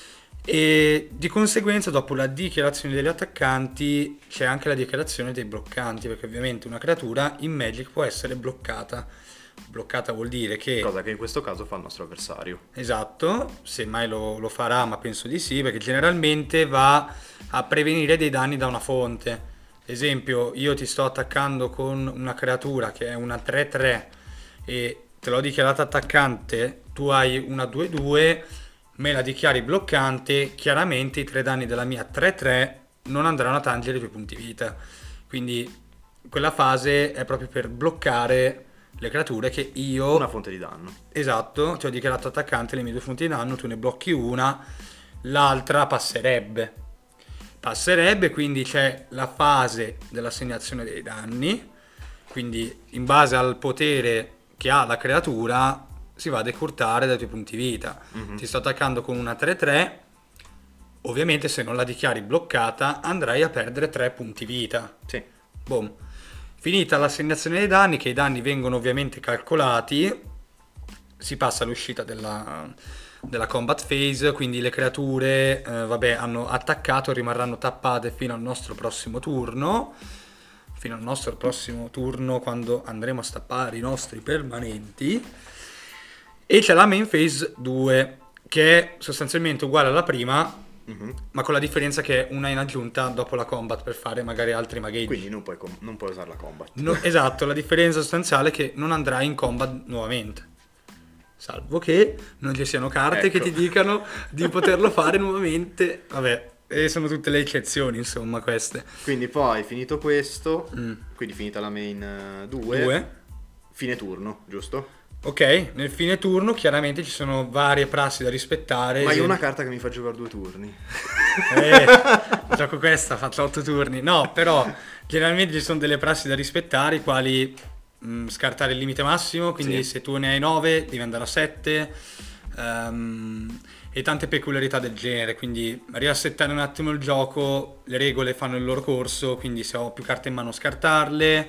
E di conseguenza, dopo la dichiarazione degli attaccanti, c'è anche la dichiarazione dei bloccanti, perché ovviamente una creatura in Magic può essere bloccata. Bloccata vuol dire che... Cosa che in questo caso fa il nostro avversario. Esatto, semmai lo, lo farà, ma penso di sì, perché generalmente va a prevenire dei danni da una fonte. Esempio, io ti sto attaccando con una creatura che è una tre tre e te l'ho dichiarata attaccante, tu hai una due due, me la dichiari bloccante, chiaramente i tre danni della mia tre tre non andranno a tangere i tuoi punti vita. Quindi quella fase è proprio per bloccare le creature che io... Una fonte di danno. Esatto, ti ho dichiarato attaccante le mie due fonti di danno, tu ne blocchi una, l'altra passerebbe. Passerebbe, quindi c'è la fase dell'assegnazione dei danni, quindi in base al potere che ha la creatura si va a decurtare dai tuoi punti vita. Mhm. Ti sto attaccando con una tre tre, ovviamente se non la dichiari bloccata andrai a perdere tre punti vita. Sì. Boom. Finita l'assegnazione dei danni, che i danni vengono ovviamente calcolati, si passa all'uscita della, della combat phase, quindi le creature eh, vabbè, hanno attaccato e rimarranno tappate fino al nostro prossimo turno, fino al nostro prossimo turno quando andremo a stappare i nostri permanenti. E c'è la main phase due, che è sostanzialmente uguale alla prima, Mhm. ma con la differenza che una è in aggiunta dopo la combat per fare magari altri magheggi. Quindi non puoi, com- non puoi usare la combat. No, esatto, la differenza sostanziale è che non andrai in combat nuovamente. Salvo che non ci siano carte che Ecco. ti dicano di poterlo fare nuovamente. Vabbè, e sono tutte le eccezioni, insomma, queste. Quindi poi finito questo, Mm. quindi finita la main due, Due. fine turno, giusto? Ok, nel fine turno chiaramente ci sono varie prassi da rispettare. Ma io ho esempio- una carta che mi fa giocare due turni. Eh, gioco questa, faccio otto turni. No, però generalmente ci sono delle prassi da rispettare, i quali mh, scartare il limite massimo, quindi Sì. se tu ne hai nove devi andare a sette, ehm, e tante peculiarità del genere, quindi riassettare un attimo il gioco, le regole fanno il loro corso, quindi se ho più carte in mano scartarle,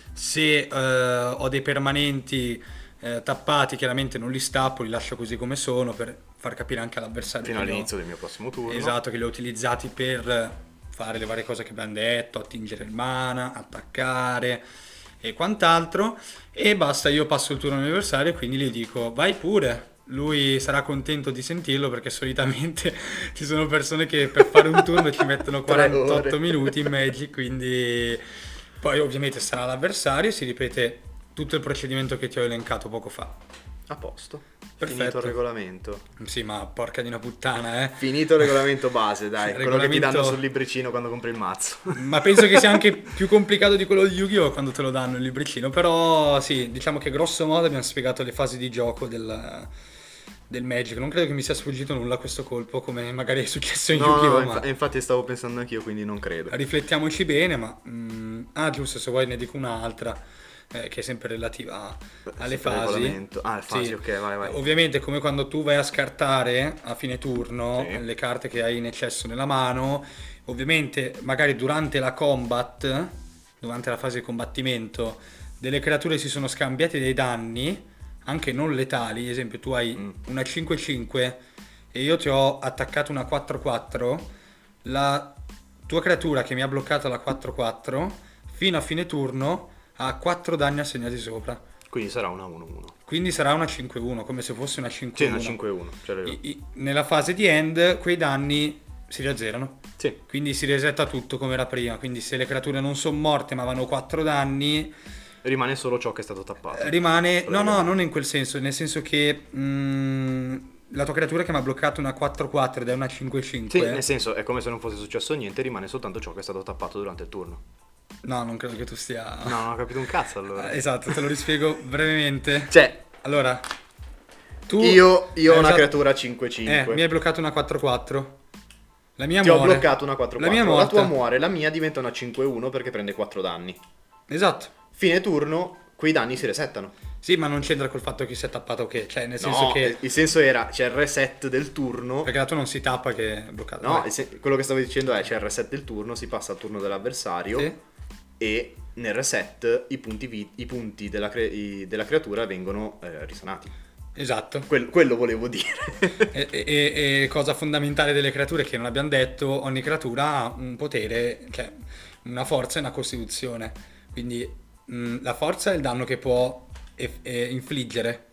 se eh, ho dei permanenti eh, tappati chiaramente non li stappo, li lascio così come sono per far capire anche all'avversario Fino che li ho- all'inizio del mio prossimo turno. esatto, che li ho utilizzati per fare le varie cose che abbiamo detto, attingere il mana, attaccare e quant'altro, e basta, io passo il turno all'avversario e quindi gli dico vai pure. Lui sarà contento di sentirlo perché solitamente ci sono persone che per fare un turno ci mettono Tre quarantotto ore. minuti in Magic, quindi poi ovviamente sarà l'avversario e si ripete tutto il procedimento che ti ho elencato poco fa. A posto. Perfetto. Finito il regolamento. Sì, ma porca di una puttana, eh. Finito il regolamento base, dai. Sì, Quello che ti danno regolamento- sul libricino quando compri il mazzo. Ma penso che sia anche più complicato di quello di Yu-Gi-Oh! Quando te lo danno il libricino. Però sì, diciamo che grosso modo abbiamo spiegato le fasi di gioco del, del Magic. Non credo che mi sia sfuggito nulla a questo colpo, come magari è successo in No, Yu-Gi-Oh! no, ma infa- infatti stavo pensando anch'io, quindi non credo. riflettiamoci bene, ma... mm, ah, giusto, se vuoi ne dico un'altra. eh, che è sempre relativa alle Sempre fasi. regolamento. Ah, le fasi, Sì. ok, vai, vai. Ovviamente come quando tu vai a scartare a fine turno Sì. le carte che hai in eccesso nella mano, ovviamente magari durante la combat, durante la fase di combattimento, delle creature si sono scambiate dei danni, anche non letali, ad esempio tu hai Mm. una cinque cinque e io ti ho attaccato una quattro quattro, la tua creatura che mi ha bloccato la quattro quattro fino a fine turno ha quattro danni assegnati sopra. Quindi sarà una uno uno. Quindi sarà una cinque uno, come se fosse una cinque Sì, uno. una cinque uno. Cioè, I- i- nella fase di end quei danni si riazzerano. sì. Quindi si resetta tutto come era prima. Quindi se le creature non sono morte ma vanno quattro danni, Rimane solo ciò che è stato tappato. eh, rimane... No, no, Praticamente. non in quel senso. Nel senso che mm, la tua creatura che mi ha bloccato una quattro quattro ed è una cinque cinque... Sì, nel senso, è come se non fosse successo niente, rimane soltanto ciò che è stato tappato durante il turno. No, non credo che tu stia... No, non ho capito un cazzo allora. Eh, Esatto, te lo rispiego brevemente. Cioè, Allora, tu... io, io ho hai una usato- creatura cinque Eh, cinque. mi hai bloccato una quattro quattro. La mia Ti ho muore. bloccato una quattro La quattro. mia La, morta. tua muore, la mia diventa una cinque uno perché prende quattro danni. Esatto. Fine turno, quei danni si resettano. Sì, ma non c'entra col fatto che si è tappato che, cioè nel senso No, che il senso era c'è il reset del turno. perché dato non si tappa che è bloccato. No, Vai. il sen- quello che stavo dicendo è c'è il reset del turno, si passa al turno dell'avversario Sì. e nel reset i punti, vi- i punti della, cre- i- della creatura vengono eh, risanati. Esatto. Quel- quello volevo dire. E, e- e cosa fondamentale delle creature che non abbiamo detto, ogni creatura ha un potere, cioè una forza e una costituzione. Quindi mh, la forza è il danno che può eff- eh, infliggere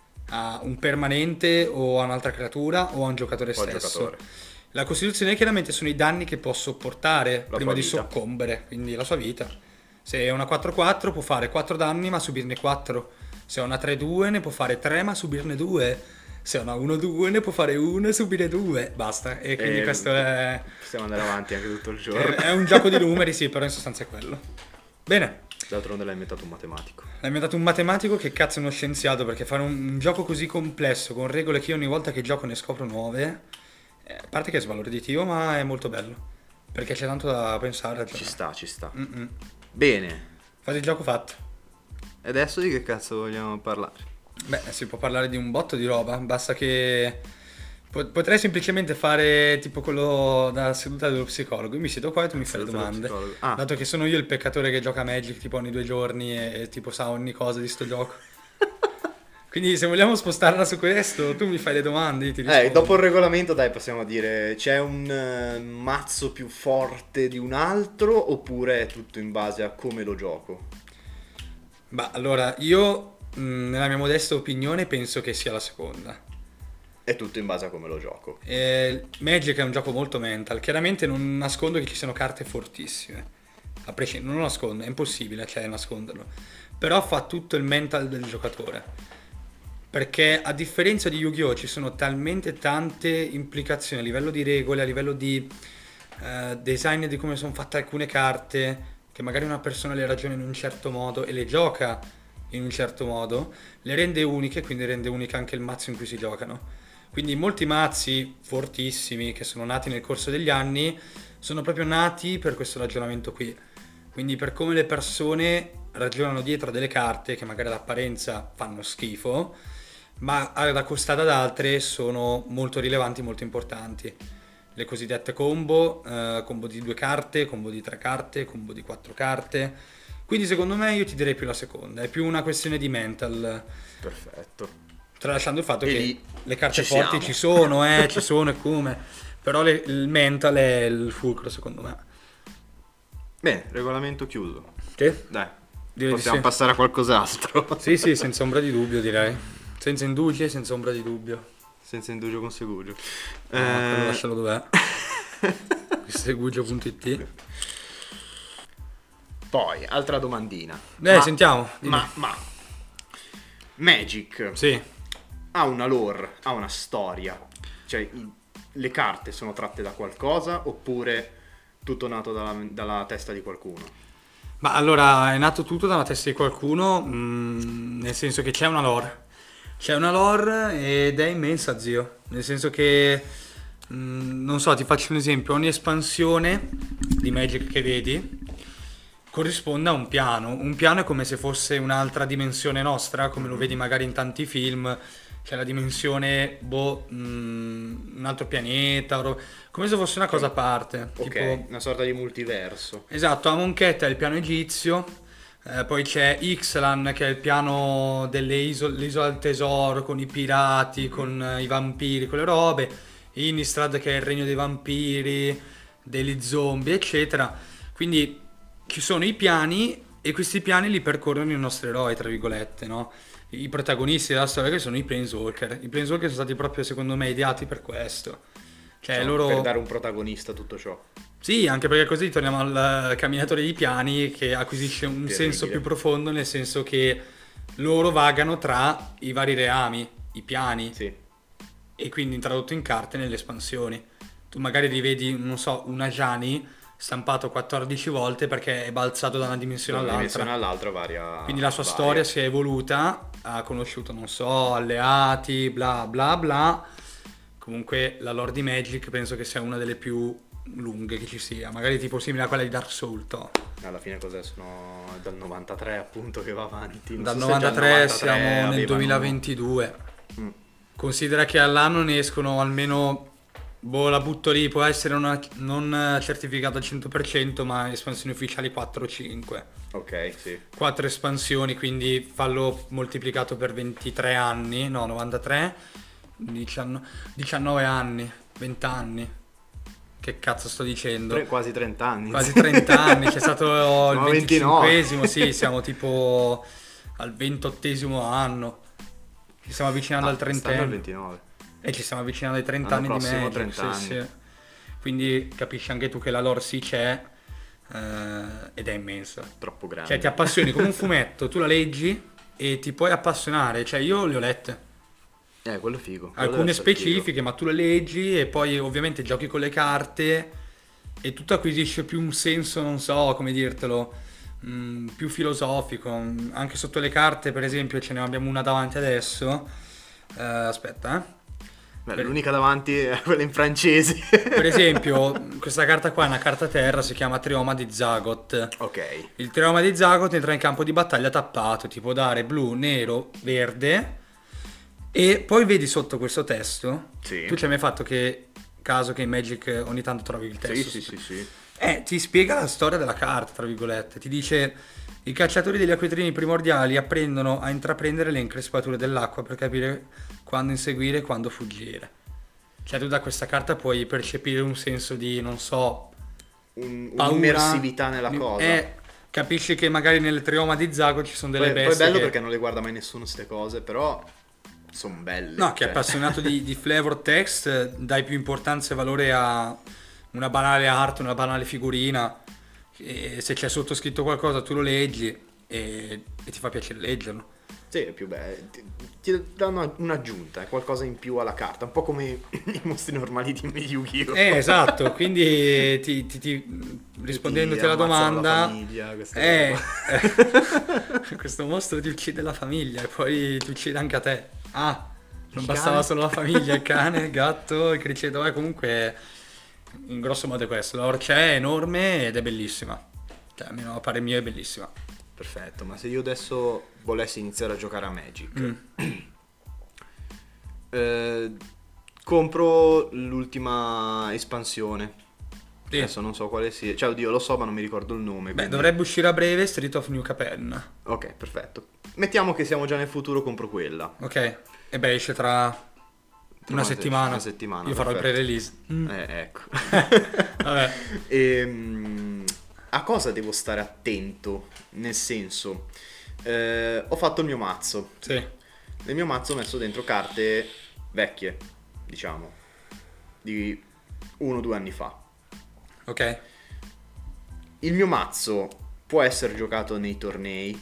a un permanente o a un'altra creatura o a un giocatore O al stesso. giocatore. La costituzione chiaramente sono i danni che può sopportare La prima sua di vita. soccombere, quindi la sua vita. Se è una quattro quattro può fare quattro danni ma subirne quattro. Se è una tre due ne può fare tre ma subirne due. Se è una uno due ne può fare uno e subire due. Basta. E quindi E- questo è, Possiamo andare avanti anche tutto il è, giorno. è un gioco di numeri, sì, però in sostanza è quello. Bene. D'altronde l'ha inventato un matematico. L'ha inventato un matematico che cazzo è uno scienziato, perché fare un, un gioco così complesso, con regole che io ogni volta che gioco ne scopro nuove, eh, a parte che è svalorditivo, ma è molto bello. Perché c'è tanto da pensare. a Ci giocare. sta, ci sta. Mm-mm. Bene. Fate il gioco fatto. E adesso di che cazzo vogliamo parlare? Beh, si può parlare di un botto di roba, basta che... po- Potrei semplicemente fare tipo quello da seduta dello psicologo. Io mi siedo qua e tu mi fai le Seduta dello domande. psicologo. Ah. Dato che sono io il peccatore che gioca a Magic tipo ogni due giorni e, e tipo sa ogni cosa di sto gioco. Quindi se vogliamo spostarla su questo, tu mi fai le domande, io ti rispondo. Eh, dopo il regolamento, dai, possiamo dire, c'è un eh, mazzo più forte di un altro oppure è tutto in base a come lo gioco? Ma allora, io mh, nella mia modesta opinione penso che sia la seconda. È tutto in base a come lo gioco. E Magic è un gioco molto mental. Chiaramente non nascondo che ci siano carte fortissime. A prescindere, non lo nascondo, è impossibile, cioè, nasconderlo. Però fa tutto il mental del giocatore. Perché a differenza di Yu-Gi-Oh! Ci sono talmente tante implicazioni a livello di regole, a livello di eh, design di come sono fatte alcune carte, che magari una persona le ragiona in un certo modo e le gioca in un certo modo, le rende uniche, quindi rende unica anche il mazzo in cui si giocano. Quindi molti mazzi fortissimi che sono nati nel corso degli anni sono proprio nati per questo ragionamento qui. Quindi per come le persone ragionano dietro a delle carte che magari all'apparenza fanno schifo, ma ad accostare ad altre sono molto rilevanti, molto importanti. Le cosiddette combo, eh, combo di due carte, combo di tre carte, combo di quattro carte. Quindi secondo me io ti direi più la seconda, è più una questione di mental. Perfetto. Tralasciando il fatto E che lì le carte ci forti siamo. ci sono, eh, ci sono e come. Però le- il mental è il fulcro secondo me. Bene, regolamento chiuso. Che? Dai, Direi di possiamo sì. passare a qualcos'altro. Sì, sì, senza ombra di dubbio direi. Senza indugi e senza ombra di dubbio. Senza indugio con segugio. No, quello Eh, lascialo dov'è. segugio punto it. Poi, altra domandina. Eh, Ma- sentiamo. dimmi. Ma, ma Magic Sì. ha una lore, ha una storia. Cioè, i- le carte sono tratte da qualcosa oppure tutto nato dalla, dalla testa di qualcuno? Ma allora è nato tutto dalla testa di qualcuno, mm, nel senso che c'è una lore. C'è una lore ed è immensa, zio. Nel senso che, mm, non so, ti faccio un esempio. Ogni espansione di Magic che vedi corrisponde a un piano. Un piano è come se fosse un'altra dimensione nostra, come lo vedi magari in tanti film. C'è la dimensione, boh, mm, un altro pianeta, ro- come se fosse una cosa a parte. Ok, Tipo, una sorta di multiverso. esatto, Amonkhet è il piano egizio, eh, poi c'è Ixalan che è il piano delle isole, l'isola del tesoro con i pirati, con eh, i vampiri, quelle robe, Innistrad che è il regno dei vampiri, degli zombie, eccetera. Quindi ci sono i piani e questi piani li percorrono i nostri eroi, tra virgolette, no? I protagonisti della storia che sono i Planeswalker. I Planeswalker sono stati proprio, secondo me, ideati per questo. Cioè, Cioè, loro... per dare un protagonista a tutto ciò. Sì, anche perché così torniamo al camminatore dei piani che acquisisce un Terribile. senso più profondo, nel senso che loro vagano tra i vari reami, i piani, Sì. e quindi tradotto in carte nelle espansioni. Tu magari rivedi, non so, un Ajani stampato quattordici volte perché è balzato da una dimensione Da una all'altra. dimensione all'altra varia. Quindi la sua varia. storia si è evoluta, ha conosciuto, non so, alleati, bla bla bla. Comunque la lore di Magic penso che sia una delle più lunghe che ci sia, magari tipo simile a quella di Dark Souls. toh. Alla fine cos'è? Sono dal novantatré appunto che va avanti. Non Dal so se già il novantatré novantatré siamo nel avevano- duemilaventidue. Mm. Considera che all'anno ne escono almeno, boh, la butto lì, può essere una, non certificata al cento per cento, ma espansioni ufficiali quattro o cinque. Ok, sì. quattro espansioni, quindi fallo moltiplicato per ventitré anni, no, novantatré, diciannove, diciannove anni, venti anni. Che cazzo sto dicendo? Tre- quasi trenta anni. Quasi trenta anni, c'è stato il Siamo a ventinove. venticinquesimo, sì, siamo tipo al ventottesimo anno. Ci stiamo avvicinando Ah, al quest'anno è il trentennio. ventinove. E ci stiamo avvicinando ai trenta L'anno anni di prossimo Magic, trenta sì, anni. sì. Quindi capisci anche tu che la lore sì c'è, eh, ed è immensa. Troppo grande. Cioè ti appassioni come un fumetto, tu la leggi e ti puoi appassionare. Cioè io le ho lette, Eh, quello è figo. Quello alcune deve essere specifiche, ma tu le leggi e poi ovviamente giochi con le carte e tutto acquisisce più un senso, non so come dirtelo, mh, più filosofico. Anche sotto le carte, per esempio, ce ne abbiamo una davanti adesso. Eh, aspetta, eh. Beh, l'unica davanti è quella in francese. Per esempio, questa carta qua è una carta terra, si chiama Trioma di Zagot. Ok. Il Trioma di Zagot entra in campo di battaglia tappato, ti può dare blu, nero, verde. E poi vedi sotto questo testo, Sì. tu ci hai mai fatto che caso che in Magic ogni tanto trovi il Sì, testo? sì, sì, sì. Eh, ti spiega la storia della carta, tra virgolette. Ti dice: i cacciatori degli acquitrini primordiali apprendono a intraprendere le increspature dell'acqua per capire quando inseguire e quando fuggire. Cioè tu da questa carta puoi percepire un senso di, non so, Un- paura, un'immersività nella di- cosa. eh, capisci che magari nel Trioma di Zago ci sono delle Poi, poi è bestie bello che- perché non le guarda mai nessuno ste cose, però sono belle. No, che è cioè. appassionato di, di flavor text, dai più importanza e valore a una banale art, una banale figurina, e se c'è sottoscritto qualcosa tu lo leggi e, e ti fa piacere leggerlo. Sì, è più bello. Ti, ti danno un'aggiunta, è qualcosa in più alla carta, un po' come i mostri normali di Yu-Gi-Oh! Eh, esatto, quindi ti, ti, ti, rispondendoti Ti alla ammazzano domanda, la famiglia, queste eh, robe. eh, questo mostro ti uccide la famiglia e poi ti uccide anche a te. Ah, non Il bastava cane? solo la famiglia, il cane, il gatto, il criceto, eh, comunque in grosso modo è questo. La Orcea è enorme ed è bellissima, cioè almeno a parer mio è bellissima. Perfetto, ma se io adesso volessi iniziare a giocare a Magic, Mm. eh, compro l'ultima espansione. Sì. Adesso non so quale sia, cioè oddio lo so ma non mi ricordo il nome. Beh, quindi- dovrebbe uscire a breve Street of New Capenn. Ok, perfetto. Mettiamo che siamo già nel futuro, compro quella. Ok, e beh, esce tra una quante- settimana. una settimana, Io farò il perfetto. pre-release. Mm. Eh, ecco. Vabbè. Ehm, a cosa devo stare attento? Nel senso, eh, ho fatto il mio mazzo. Sì. Nel mio mazzo ho messo dentro carte vecchie, diciamo, di uno o due anni fa. Ok. Il mio mazzo può essere giocato nei tornei,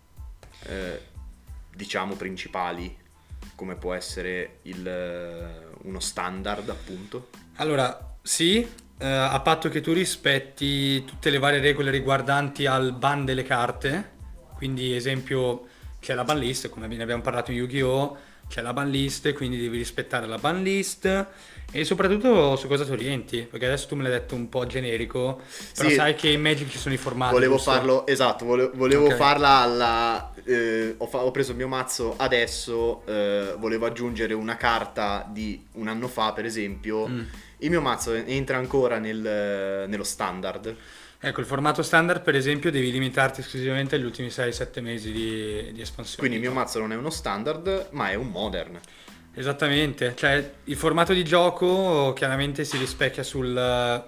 eh, diciamo, principali, come può essere il, eh, uno standard, appunto. Allora, sì, eh, a patto che tu rispetti tutte le varie regole riguardanti al ban delle carte. Quindi, esempio, c'è la ban list, come ne abbiamo parlato in Yu-Gi-Oh! C'è la ban list, quindi devi rispettare la ban list e soprattutto su cosa ti orienti, perché adesso tu me l'hai detto un po' generico, però Sì. sai che in Magic ci sono i formati. Volevo giusto? farlo, esatto, vole- volevo Ok. farla alla... eh, ho, fa- ho preso il mio mazzo adesso, eh, volevo aggiungere una carta di un anno fa, per esempio. Mm. Il mio mazzo entra ancora nel- nello standard. Ecco, il formato standard, per esempio, devi limitarti esclusivamente agli ultimi sei sette mesi di, di espansione. Quindi il mio mazzo non è uno standard, ma è un modern. Esattamente, cioè il formato di gioco chiaramente si rispecchia sul,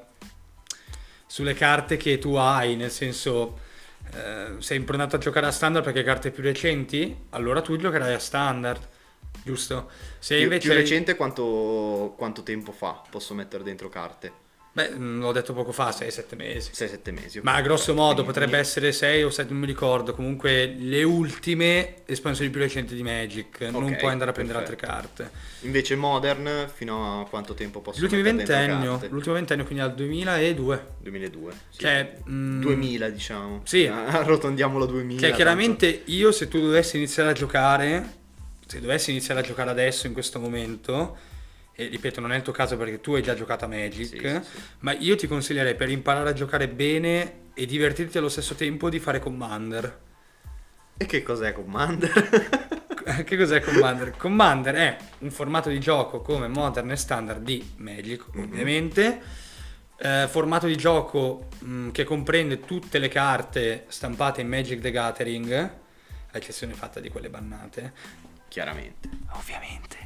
sulle carte che tu hai, nel senso eh, sei impronato a giocare a standard perché hai carte più recenti, allora tu giocherai a standard, giusto? Se Più, invece più recente quanto, quanto tempo fa posso mettere dentro carte? Beh, mh, l'ho detto poco fa, sei sette mesi. sei sette mesi. ok, Ma a grosso perfetto. modo Quindi- potrebbe essere sei o sette, non mi ricordo. Comunque le ultime espansioni più recenti di Magic. Non Ok, puoi andare a prendere perfetto. altre carte. Invece modern, fino a quanto tempo posso L'ultimo mettere dentro ventennio, carte? l'ultimo ventennio quindi al duemiladue. duemiladue. Sì. Cioè, mm, duemila diciamo. sì. Arrotondiamolo a duemila. Che tanto- chiaramente io se tu dovessi iniziare a giocare, se dovessi iniziare a giocare adesso in questo momento, e ripeto non è il tuo caso perché tu hai già giocato a Magic, Sì, sì, sì. ma io ti consiglierei per imparare a giocare bene e divertirti allo stesso tempo di fare Commander. E che cos'è Commander? Che cos'è Commander? Commander è un formato di gioco come Modern e Standard di Magic, Mhm. ovviamente. Eh, formato di gioco mh, che comprende tutte le carte stampate in Magic the Gathering, a eccezione fatta di quelle bannate, Chiaramente. ovviamente.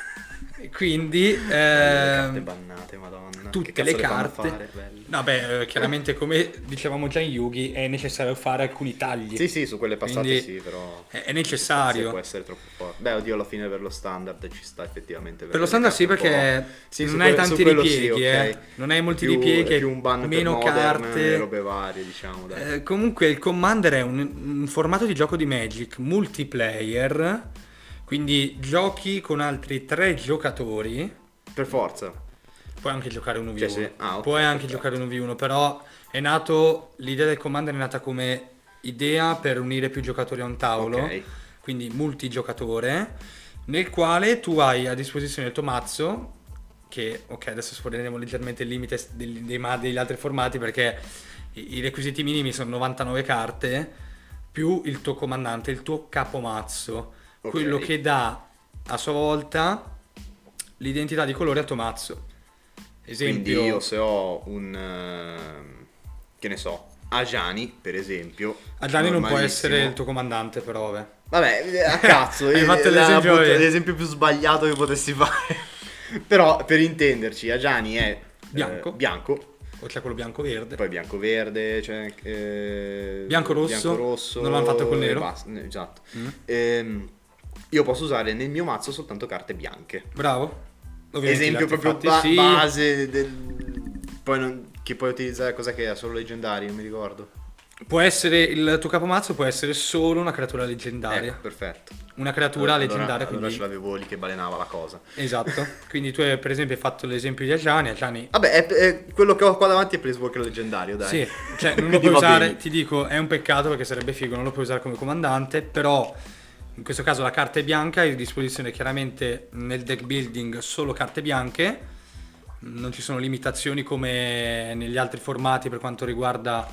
E quindi Le carte ehm, bannate, madonna. tutte Che cazzo le fanno carte. fare? Bello. No, beh, eh, chiaramente come dicevamo già in Yugi è necessario fare alcuni tagli. Sì, sì, su quelle passate Quindi sì, però... è- è Sì, necessario. può essere troppo forte. Beh, oddio, alla fine per lo standard ci sta effettivamente. Per lo avere le standard sì, carte un perché po'- Sì, su non hai que- su tanti quello sì, ripieghi, ok. eh. Non hai molti Più- ripieghi, è più un ban per meno modern carte. e robe varie, diciamo, dai. Eh, comunque il Commander è un, un formato di gioco di Magic multiplayer, quindi giochi con altri tre giocatori. Per forza. Puoi anche giocare uno v uno. Cioè, se- ah, ok, Puoi anche perfetto. giocare uno v uno, però è nato l'idea del Commander è nata come idea per unire più giocatori a un tavolo, Ok. quindi multigiocatore, nel quale tu hai a disposizione il tuo mazzo, che ok, adesso sfoderemo leggermente il limite dei- dei ma- degli altri formati perché i, i requisiti minimi sono novantanove carte più il tuo comandante, il tuo capomazzo, Ok. quello che dà a sua volta l'identità di colore al tuo mazzo. Esempio, Quindi io se ho un... ehm, che ne so, Ajani, per esempio... Adjani non può normalissimo. essere il tuo comandante, però vabbè. Vabbè, a cazzo, Hai eh, fatto la- l'esempio, appunto, eh. l'esempio più sbagliato che potessi fare. Però, per intenderci, Ajani è... eh, Bianco. bianco, O c'è quello bianco-verde. poi bianco-verde, cioè... eh, Bianco-rosso. bianco-rosso, Non l'hanno fatto col e nero. basta, eh, esatto. Mm. Ehm, io posso usare nel mio mazzo soltanto carte bianche. Bravo. Ovviamente Esempio gli proprio artefatti ba- sì. base del... Poi non... che puoi utilizzare, cos'è che è? Solo leggendari, non mi ricordo. Può essere, il tuo capomazzo può essere solo una creatura leggendaria. Ecco, perfetto. Una creatura Allora, leggendaria, allora quindi... ce l'avevo lì che balenava la cosa. Esatto. Quindi tu hai, per esempio hai fatto l'esempio di Ajani. Ajani... Vabbè, è, è- quello che ho qua davanti è Planeswalker leggendario, dai. Sì, cioè non lo Quindi puoi va usare, bene. ti dico, è un peccato perché sarebbe figo, non lo puoi usare come comandante, però in questo caso la carta è bianca, hai a disposizione chiaramente nel deck building solo carte bianche, non ci sono limitazioni come negli altri formati per quanto riguarda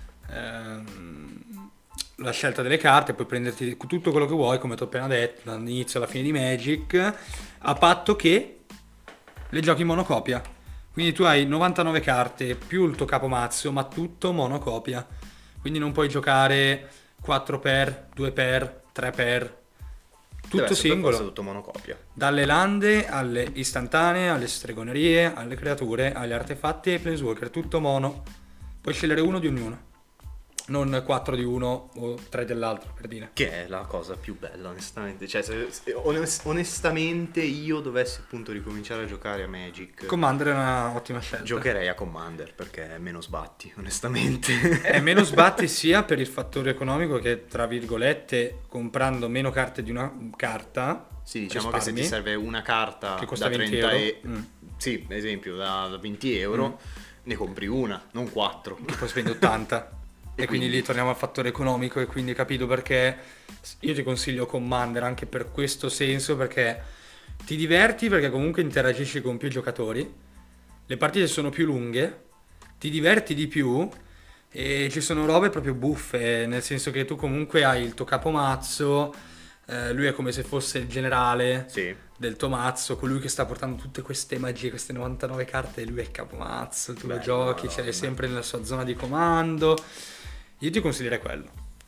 ehm, la scelta delle carte, puoi prenderti tutto quello che vuoi, come ti ho appena detto, dall'inizio alla fine di Magic, a patto che le giochi in monocopia. Quindi tu hai novantanove carte più il tuo capomazzo, ma tutto monocopia. Quindi non puoi giocare quattro per, due per, tre per, Deve tutto essere per forza singolo. tutto monocopia. Dalle lande alle istantanee, alle stregonerie, alle creature, agli artefatti e ai planeswalker, tutto mono. Puoi scegliere uno di ognuno, non quattro di uno o tre dell'altro, per dire. Che è la cosa più bella, onestamente. Cioè, se, se- onest- onestamente io dovessi appunto ricominciare a giocare a Magic, Commander è una ottima scelta. giocherei a Commander perché è meno sbatti, onestamente. È meno sbatti sia per il fattore economico che, tra virgolette, comprando meno carte di una carta, Sì, diciamo che se risparmi, ti serve una carta che costa da venti trenta euro. e... Mm. Sì, ad esempio, da, da venti euro ne compri una, non quattro. Che poi spendi ottanta. E, E quindi quindi- lì torniamo al fattore economico e quindi capito perché io ti consiglio Commander anche per questo senso, perché ti diverti perché comunque interagisci con più giocatori, le partite sono più lunghe, ti diverti di più e ci sono robe proprio buffe, nel senso che tu comunque hai il tuo capomazzo, eh, lui è come se fosse il generale Sì. del tuo mazzo, colui che sta portando tutte queste magie, queste novantanove carte, lui è il capomazzo, tu lo Bello, giochi, ce l'hai Madonna. sempre nella sua zona di comando. Io ti consiglierei quello,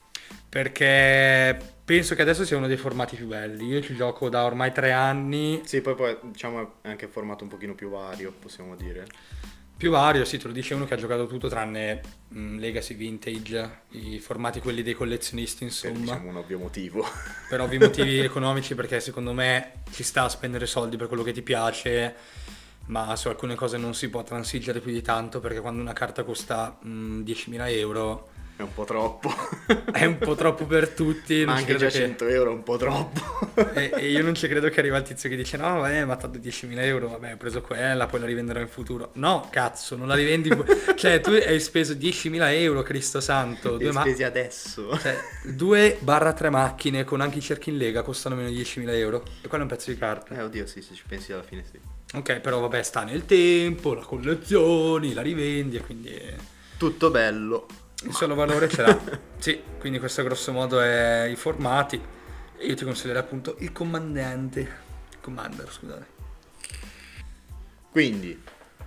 perché penso che adesso sia uno dei formati più belli. Io ci gioco da ormai tre anni, Sì, poi, poi diciamo è anche formato un pochino più vario, possiamo dire. più vario, sì, te lo dice uno che ha giocato tutto tranne mm, Legacy, Vintage, i formati quelli dei collezionisti, Per insomma. diciamo un ovvio motivo. Per ovvi motivi economici, perché secondo me ci sta a spendere soldi per quello che ti piace, ma su alcune cose non si può transigere più di tanto, perché quando una carta costa mm, diecimila euro È un po' troppo. è un po' troppo per tutti. Ma Non ci anche credo già che... cento euro è un po' troppo. E, e io non ci credo che arriva il tizio che dice no vabbè ma tanto diecimila euro, vabbè ho preso quella, poi la rivenderò in futuro. No cazzo, non la rivendi. Cioè tu hai speso diecimila euro, Cristo santo. Li Due, hai ma... spesi adesso. cioè, due barra tre macchine con anche i cerchi in lega costano meno di diecimila euro. E quello è un pezzo di carta. Eh, oddio, sì, se ci pensi alla fine sì. Ok, però vabbè sta nel tempo, la collezioni, la rivendi e quindi Tutto bello. il solo valore ce l'ha. Sì, quindi questo grosso modo è i formati. E io ti consiglierei appunto il comandante. Commander, scusate. Quindi,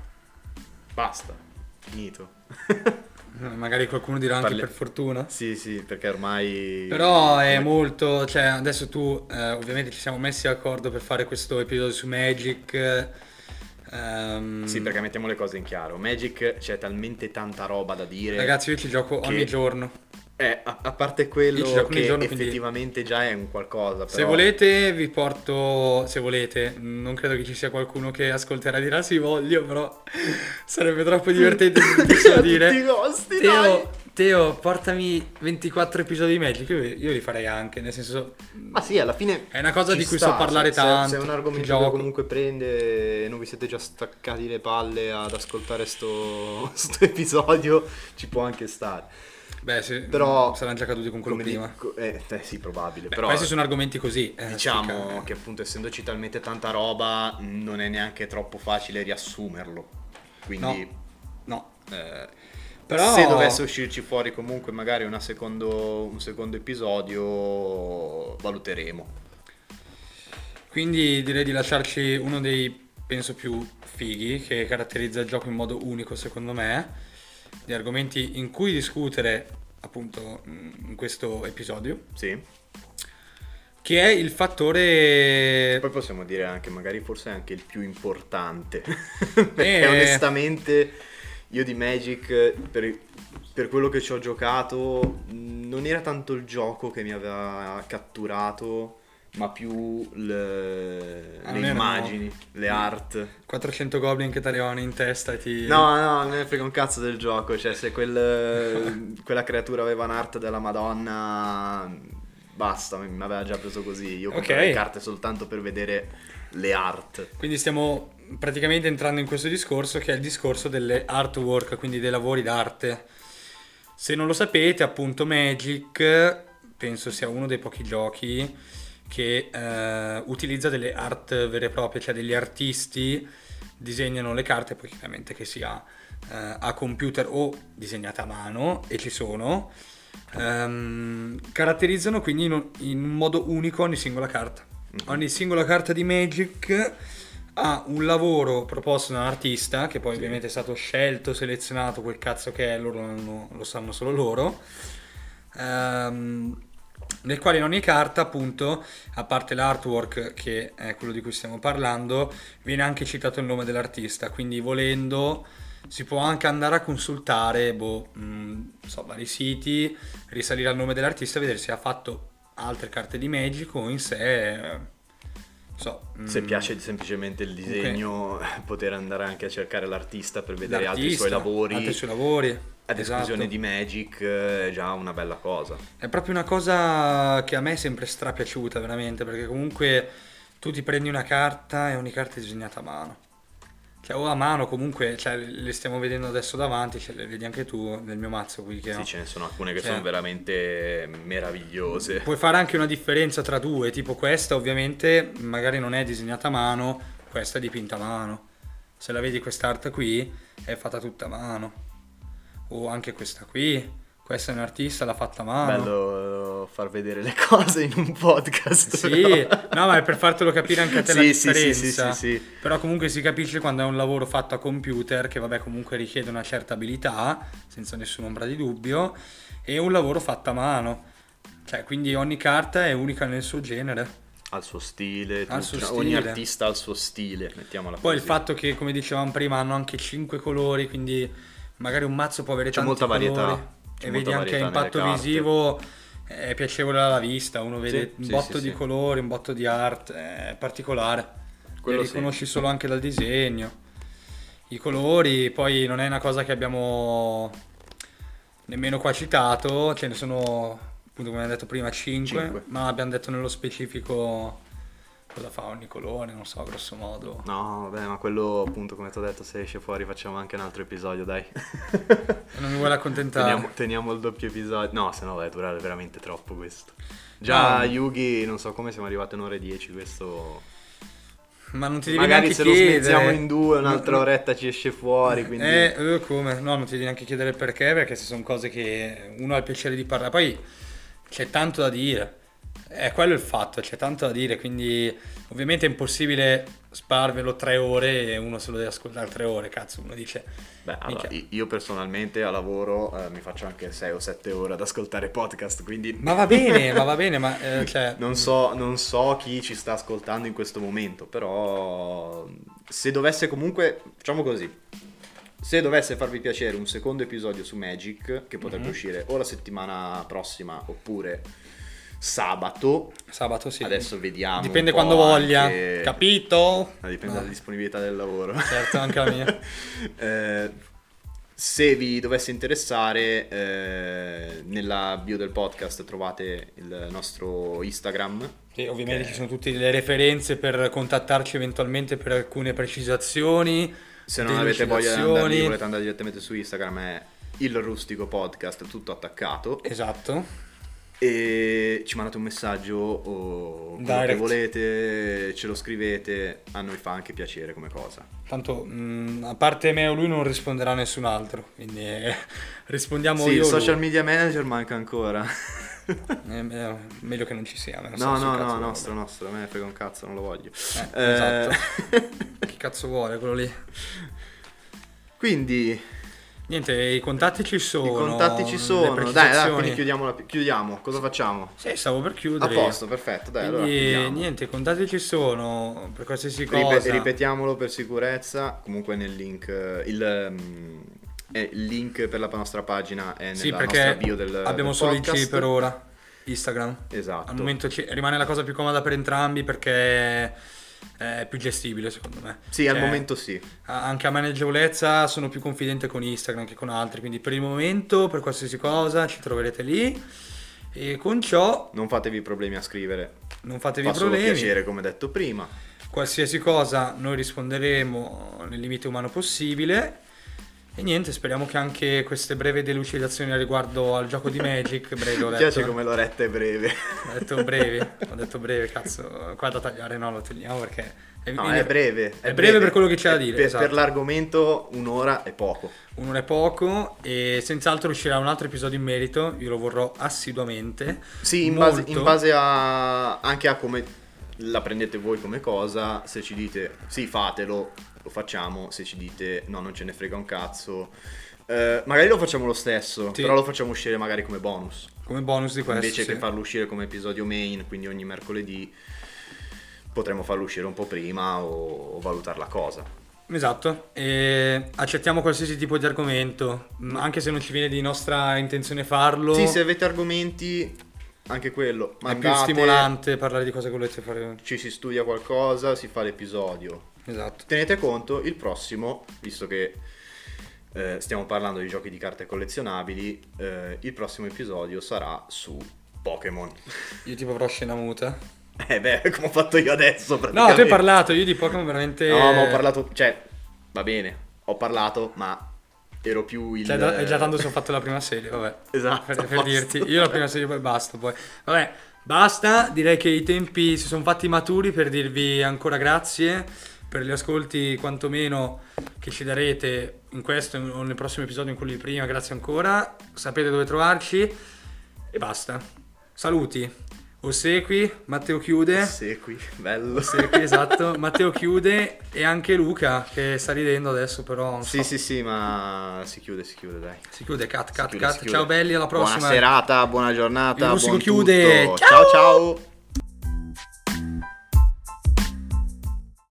basta. Finito. Eh, Magari qualcuno dirà anche Parli- per fortuna. Sì, sì, perché ormai... Però è come- molto, cioè adesso tu, eh, ovviamente ci siamo messi d'accordo per fare questo episodio su Magic. ehm, Sì, perché mettiamo le cose in chiaro. Magic c'è talmente tanta roba da dire. Ragazzi, io ci gioco che- ogni giorno. Eh, a, a parte Io ci quello gioco ogni che giorno, quindi- effettivamente già è un qualcosa, però... Se volete vi porto, se volete, non credo che ci sia qualcuno che ascolterà e dirà sì voglio, però sarebbe troppo divertente sentirlo A tutti dire. i costi, dai! Teo, Teo, portami ventiquattro episodi di Magic, io, io li farei anche, nel senso... Ma sì, alla fine È una cosa ci di cui sta, so parlare se- se- tanto, Se è un ci argomento gioco. che comunque prende e non vi siete già staccati le palle ad ascoltare sto, sto episodio, ci può anche stare. Beh, sì, Però saranno già caduti con quello come prima. dico- eh, eh, sì, probabile. Beh, Però questi sono argomenti così. eh, diciamo sì, che appunto essendoci talmente tanta roba non è neanche troppo facile riassumerlo. Quindi No, eh, però... se dovesse uscirci fuori comunque magari una secondo, un secondo episodio, valuteremo. Quindi direi di lasciarci uno dei, penso, più fighi, che caratterizza il gioco in modo unico secondo me, di argomenti in cui discutere appunto in questo episodio, Sì. che è il fattore... Poi possiamo dire anche, magari forse anche il più importante. Eh. Perché onestamente io di Magic, per, per quello che ci ho giocato, non era tanto il gioco che mi aveva catturato, ma più le, Ah, le non erano- immagini, le art. quattrocento goblin che ti arrivano in testa e ti... No, no, non me ne frega un cazzo del gioco, cioè se quel, quella creatura aveva un'arte della Madonna, basta, mi mi aveva già preso così, io Ok. compro le carte soltanto per vedere le art. Quindi stiamo praticamente entrando in questo discorso che è il discorso delle artwork, quindi dei lavori d'arte. Se non lo sapete, appunto Magic penso sia uno dei pochi giochi che eh, utilizza delle art vere e proprie, cioè degli artisti disegnano le carte, poi chiaramente che sia eh, a computer o disegnate a mano, e ci sono, ehm, caratterizzano quindi in un, in un modo unico ogni singola carta. Ogni singola carta di Magic ha un lavoro proposto da un artista, che poi Sì. ovviamente è stato scelto, selezionato, quel cazzo che è, loro non- lo sanno solo loro, ehm, nel quale in ogni carta, appunto, a parte l'artwork, che è quello di cui stiamo parlando, viene anche citato il nome dell'artista, quindi volendo si può anche andare a consultare boh, mh, non so, vari siti, risalire al nome dell'artista e vedere se ha fatto altre carte di Magic o in sé, eh, non so, Se mh, piace semplicemente il disegno, poter andare anche a cercare l'artista per vedere altri l'artista, suoi lavori, altri suoi lavori, ad esclusione esatto. di Magic, è già una bella cosa. È proprio una cosa che a me è sempre strapiaciuta, veramente, perché comunque tu ti prendi una carta e ogni carta è disegnata a mano. Cioè, o a mano comunque, cioè, le stiamo vedendo adesso davanti, cioè, le vedi anche tu nel mio mazzo qui che ho. Sì, ce ne sono alcune che Cioè, sono veramente meravigliose. puoi fare anche una differenza tra due, tipo questa ovviamente magari non è disegnata a mano, questa è dipinta a mano. Se la vedi quest'arte qui è fatta tutta a mano. O anche questa qui, questa è un artista, l'ha fatta a mano. Bello far vedere le cose in un podcast. Sì, però. no, ma è per fartelo capire anche a te la Sì, sì, sì, differenza. sì, sì, sì. Però comunque si capisce quando è un lavoro fatto a computer, che vabbè comunque richiede una certa abilità, senza nessun'ombra di dubbio, e un lavoro fatto a mano. Cioè, quindi ogni carta è unica nel suo genere. Al suo stile, Al tutto- suo ogni stile. artista ha il suo stile, mettiamola Poi il così. fatto che, come dicevamo prima, hanno anche cinque colori, quindi magari un mazzo può avere C'è tanti molta varietà, colori. c'è E molta vedi anche varietà l'impatto nelle carte. visivo, è piacevole alla vista, uno vede Sì, un sì, botto sì, di sì. colori, un botto di art, è particolare. Quello Li sì. riconosci solo anche dal disegno. I colori, poi non è una cosa che abbiamo nemmeno qua citato, ce ne sono, appunto come abbiamo detto prima, cinque, Cinque. ma abbiamo detto nello specifico cosa fa ogni colore, non so, grosso modo. No, vabbè, ma quello appunto, come ti ho detto, se esce fuori facciamo anche un altro episodio, dai. Non mi vuole accontentare. Teniamo, teniamo il doppio episodio. No, se no vai a durare veramente troppo questo. Già No. Yugi, non so come siamo arrivati a un'ora e dieci, questo... Ma non ti devi Magari neanche se lo chiedere. smezziamo in due, un'altra No, no. oretta ci esce fuori, quindi... Eh, eh, come? No, non ti devi neanche chiedere il perché, perché se sono cose che uno ha il piacere di parlare. Poi c'è tanto da dire. È quello il fatto, c'è tanto da dire, quindi ovviamente è impossibile sparvelo tre ore e uno se lo deve ascoltare tre ore, cazzo, uno dice... Beh, allora, minchia. i- io personalmente a lavoro eh, mi faccio anche sei o sette ore ad ascoltare podcast, quindi... Ma va bene, ma va bene, ma eh, cioè... Non so, non so chi ci sta ascoltando in questo momento, però se dovesse comunque, facciamo così, se dovesse farvi piacere un secondo episodio su Magic, che potrebbe Mhm. uscire o la settimana prossima oppure sabato, Sabato sì. adesso vediamo. Dipende un po' quando voglia, anche- capito? Ah, dipende No. dalla disponibilità del lavoro. Certo, anche la mia. Eh, se vi dovesse interessare, eh, nella bio del podcast trovate il nostro Instagram. Sì, ovviamente che- ci sono tutte le referenze per contattarci eventualmente per alcune precisazioni, Se non avete voglia di andare lì, delucidazioni. volete andare direttamente su Instagram, è il Rustico Podcast, tutto attaccato. Esatto. E ci mandate un messaggio o quello che Direct. volete, ce lo scrivete, a noi fa anche piacere come cosa. Tanto, mh, a parte me o lui non risponderà nessun altro, quindi eh, rispondiamo Sì, io il o social lui. media manager manca ancora. Eh, eh, meglio che non ci sia. non so No, se no, cazzo no, vuole. nostro, nostro, a me ne frega un cazzo, non lo voglio. Eh, Eh, esatto. Chi cazzo vuole quello lì? Quindi Niente, i contatti ci sono. i contatti ci le sono. Dai, dai, precisazioni. quindi chiudiamo, la- chiudiamo. Cosa facciamo? Sì, stavo per A chiudere. posto, perfetto, dai, allora Quindi chiudiamo. niente, i contatti ci sono per qualsiasi Ripe- cosa. ripetiamolo per sicurezza. Comunque nel link eh, il, mm, eh, il link per la nostra pagina è nella Sì, nostra perché bio del abbiamo del solo i podcast. G per ora. Instagram. Esatto. Al momento ci- rimane la cosa più comoda per entrambi perché è più gestibile secondo me. Sì, al Cioè, momento sì. a- anche a maneggevolezza sono più confidente con Instagram che con altri, quindi per il momento, per qualsiasi cosa, ci troverete lì. E con ciò Non fatevi problemi a scrivere. non fatevi Fa solo problemi. piacere, come detto prima. Qualsiasi cosa noi risponderemo nel limite umano possibile. E niente, speriamo che anche queste brevi delucidazioni riguardo al gioco di Magic, breve ho Mi detto, piace eh. come Loretta è breve. Ho detto brevi, ho detto breve, cazzo, qua da tagliare no, lo togliamo perché è, No, è breve. è breve per quello che c'è da E dire, Per, esatto. per l'argomento un'ora è poco. Un'ora è poco e senz'altro uscirà un altro episodio in merito, io lo vorrò assiduamente. Sì, in base, molto. in base a anche a come la prendete voi come cosa. Se ci dite sì, fatelo, lo facciamo. Se ci dite no, non ce ne frega un cazzo, eh, magari lo facciamo lo stesso, Sì. però lo facciamo uscire magari come bonus, Come bonus di questo, invece sì. che farlo uscire come episodio main, quindi ogni mercoledì. Potremmo farlo uscire un po' prima o, o valutare la cosa. Esatto, e accettiamo qualsiasi tipo di argomento, m- anche se non ci viene di nostra intenzione farlo. Sì, se avete argomenti, anche quello. è più Mandate, stimolante parlare di cose che volete fare. ci si studia qualcosa, si fa l'episodio. Esatto. Tenete conto, il prossimo, visto che eh, stiamo parlando di giochi di carte collezionabili, eh, il prossimo episodio sarà su Pokémon. Io tipo avrò scena muta. Eh beh, come ho fatto io adesso No, praticamente. tu hai parlato, io di Pokémon veramente... No, ma ho parlato, cioè, va bene, ho parlato, ma ero più il... Cioè, da- è già tanto se ho fatto la prima serie, vabbè. Esatto, Per, per basta. dirti, io la prima serie poi basta, poi. Vabbè, basta, direi che i tempi si sono fatti maturi per dirvi ancora grazie per gli ascolti quantomeno che ci darete in questo o nel prossimo episodio, in quello di prima, grazie ancora, sapete dove trovarci e basta. Saluti. Ossequi, Matteo chiude. Segui, bello. Ossequi, esatto. Matteo chiude e anche Luca che sta ridendo adesso, però non Sì, so. sì, sì, ma si chiude, si chiude, dai. Si chiude, cut, Si cut, chiude, cut. si chiude. Ciao belli, alla prossima. Buona serata, buona giornata, Il Russico buon chiude. tutto. Ciao! Ciao ciao.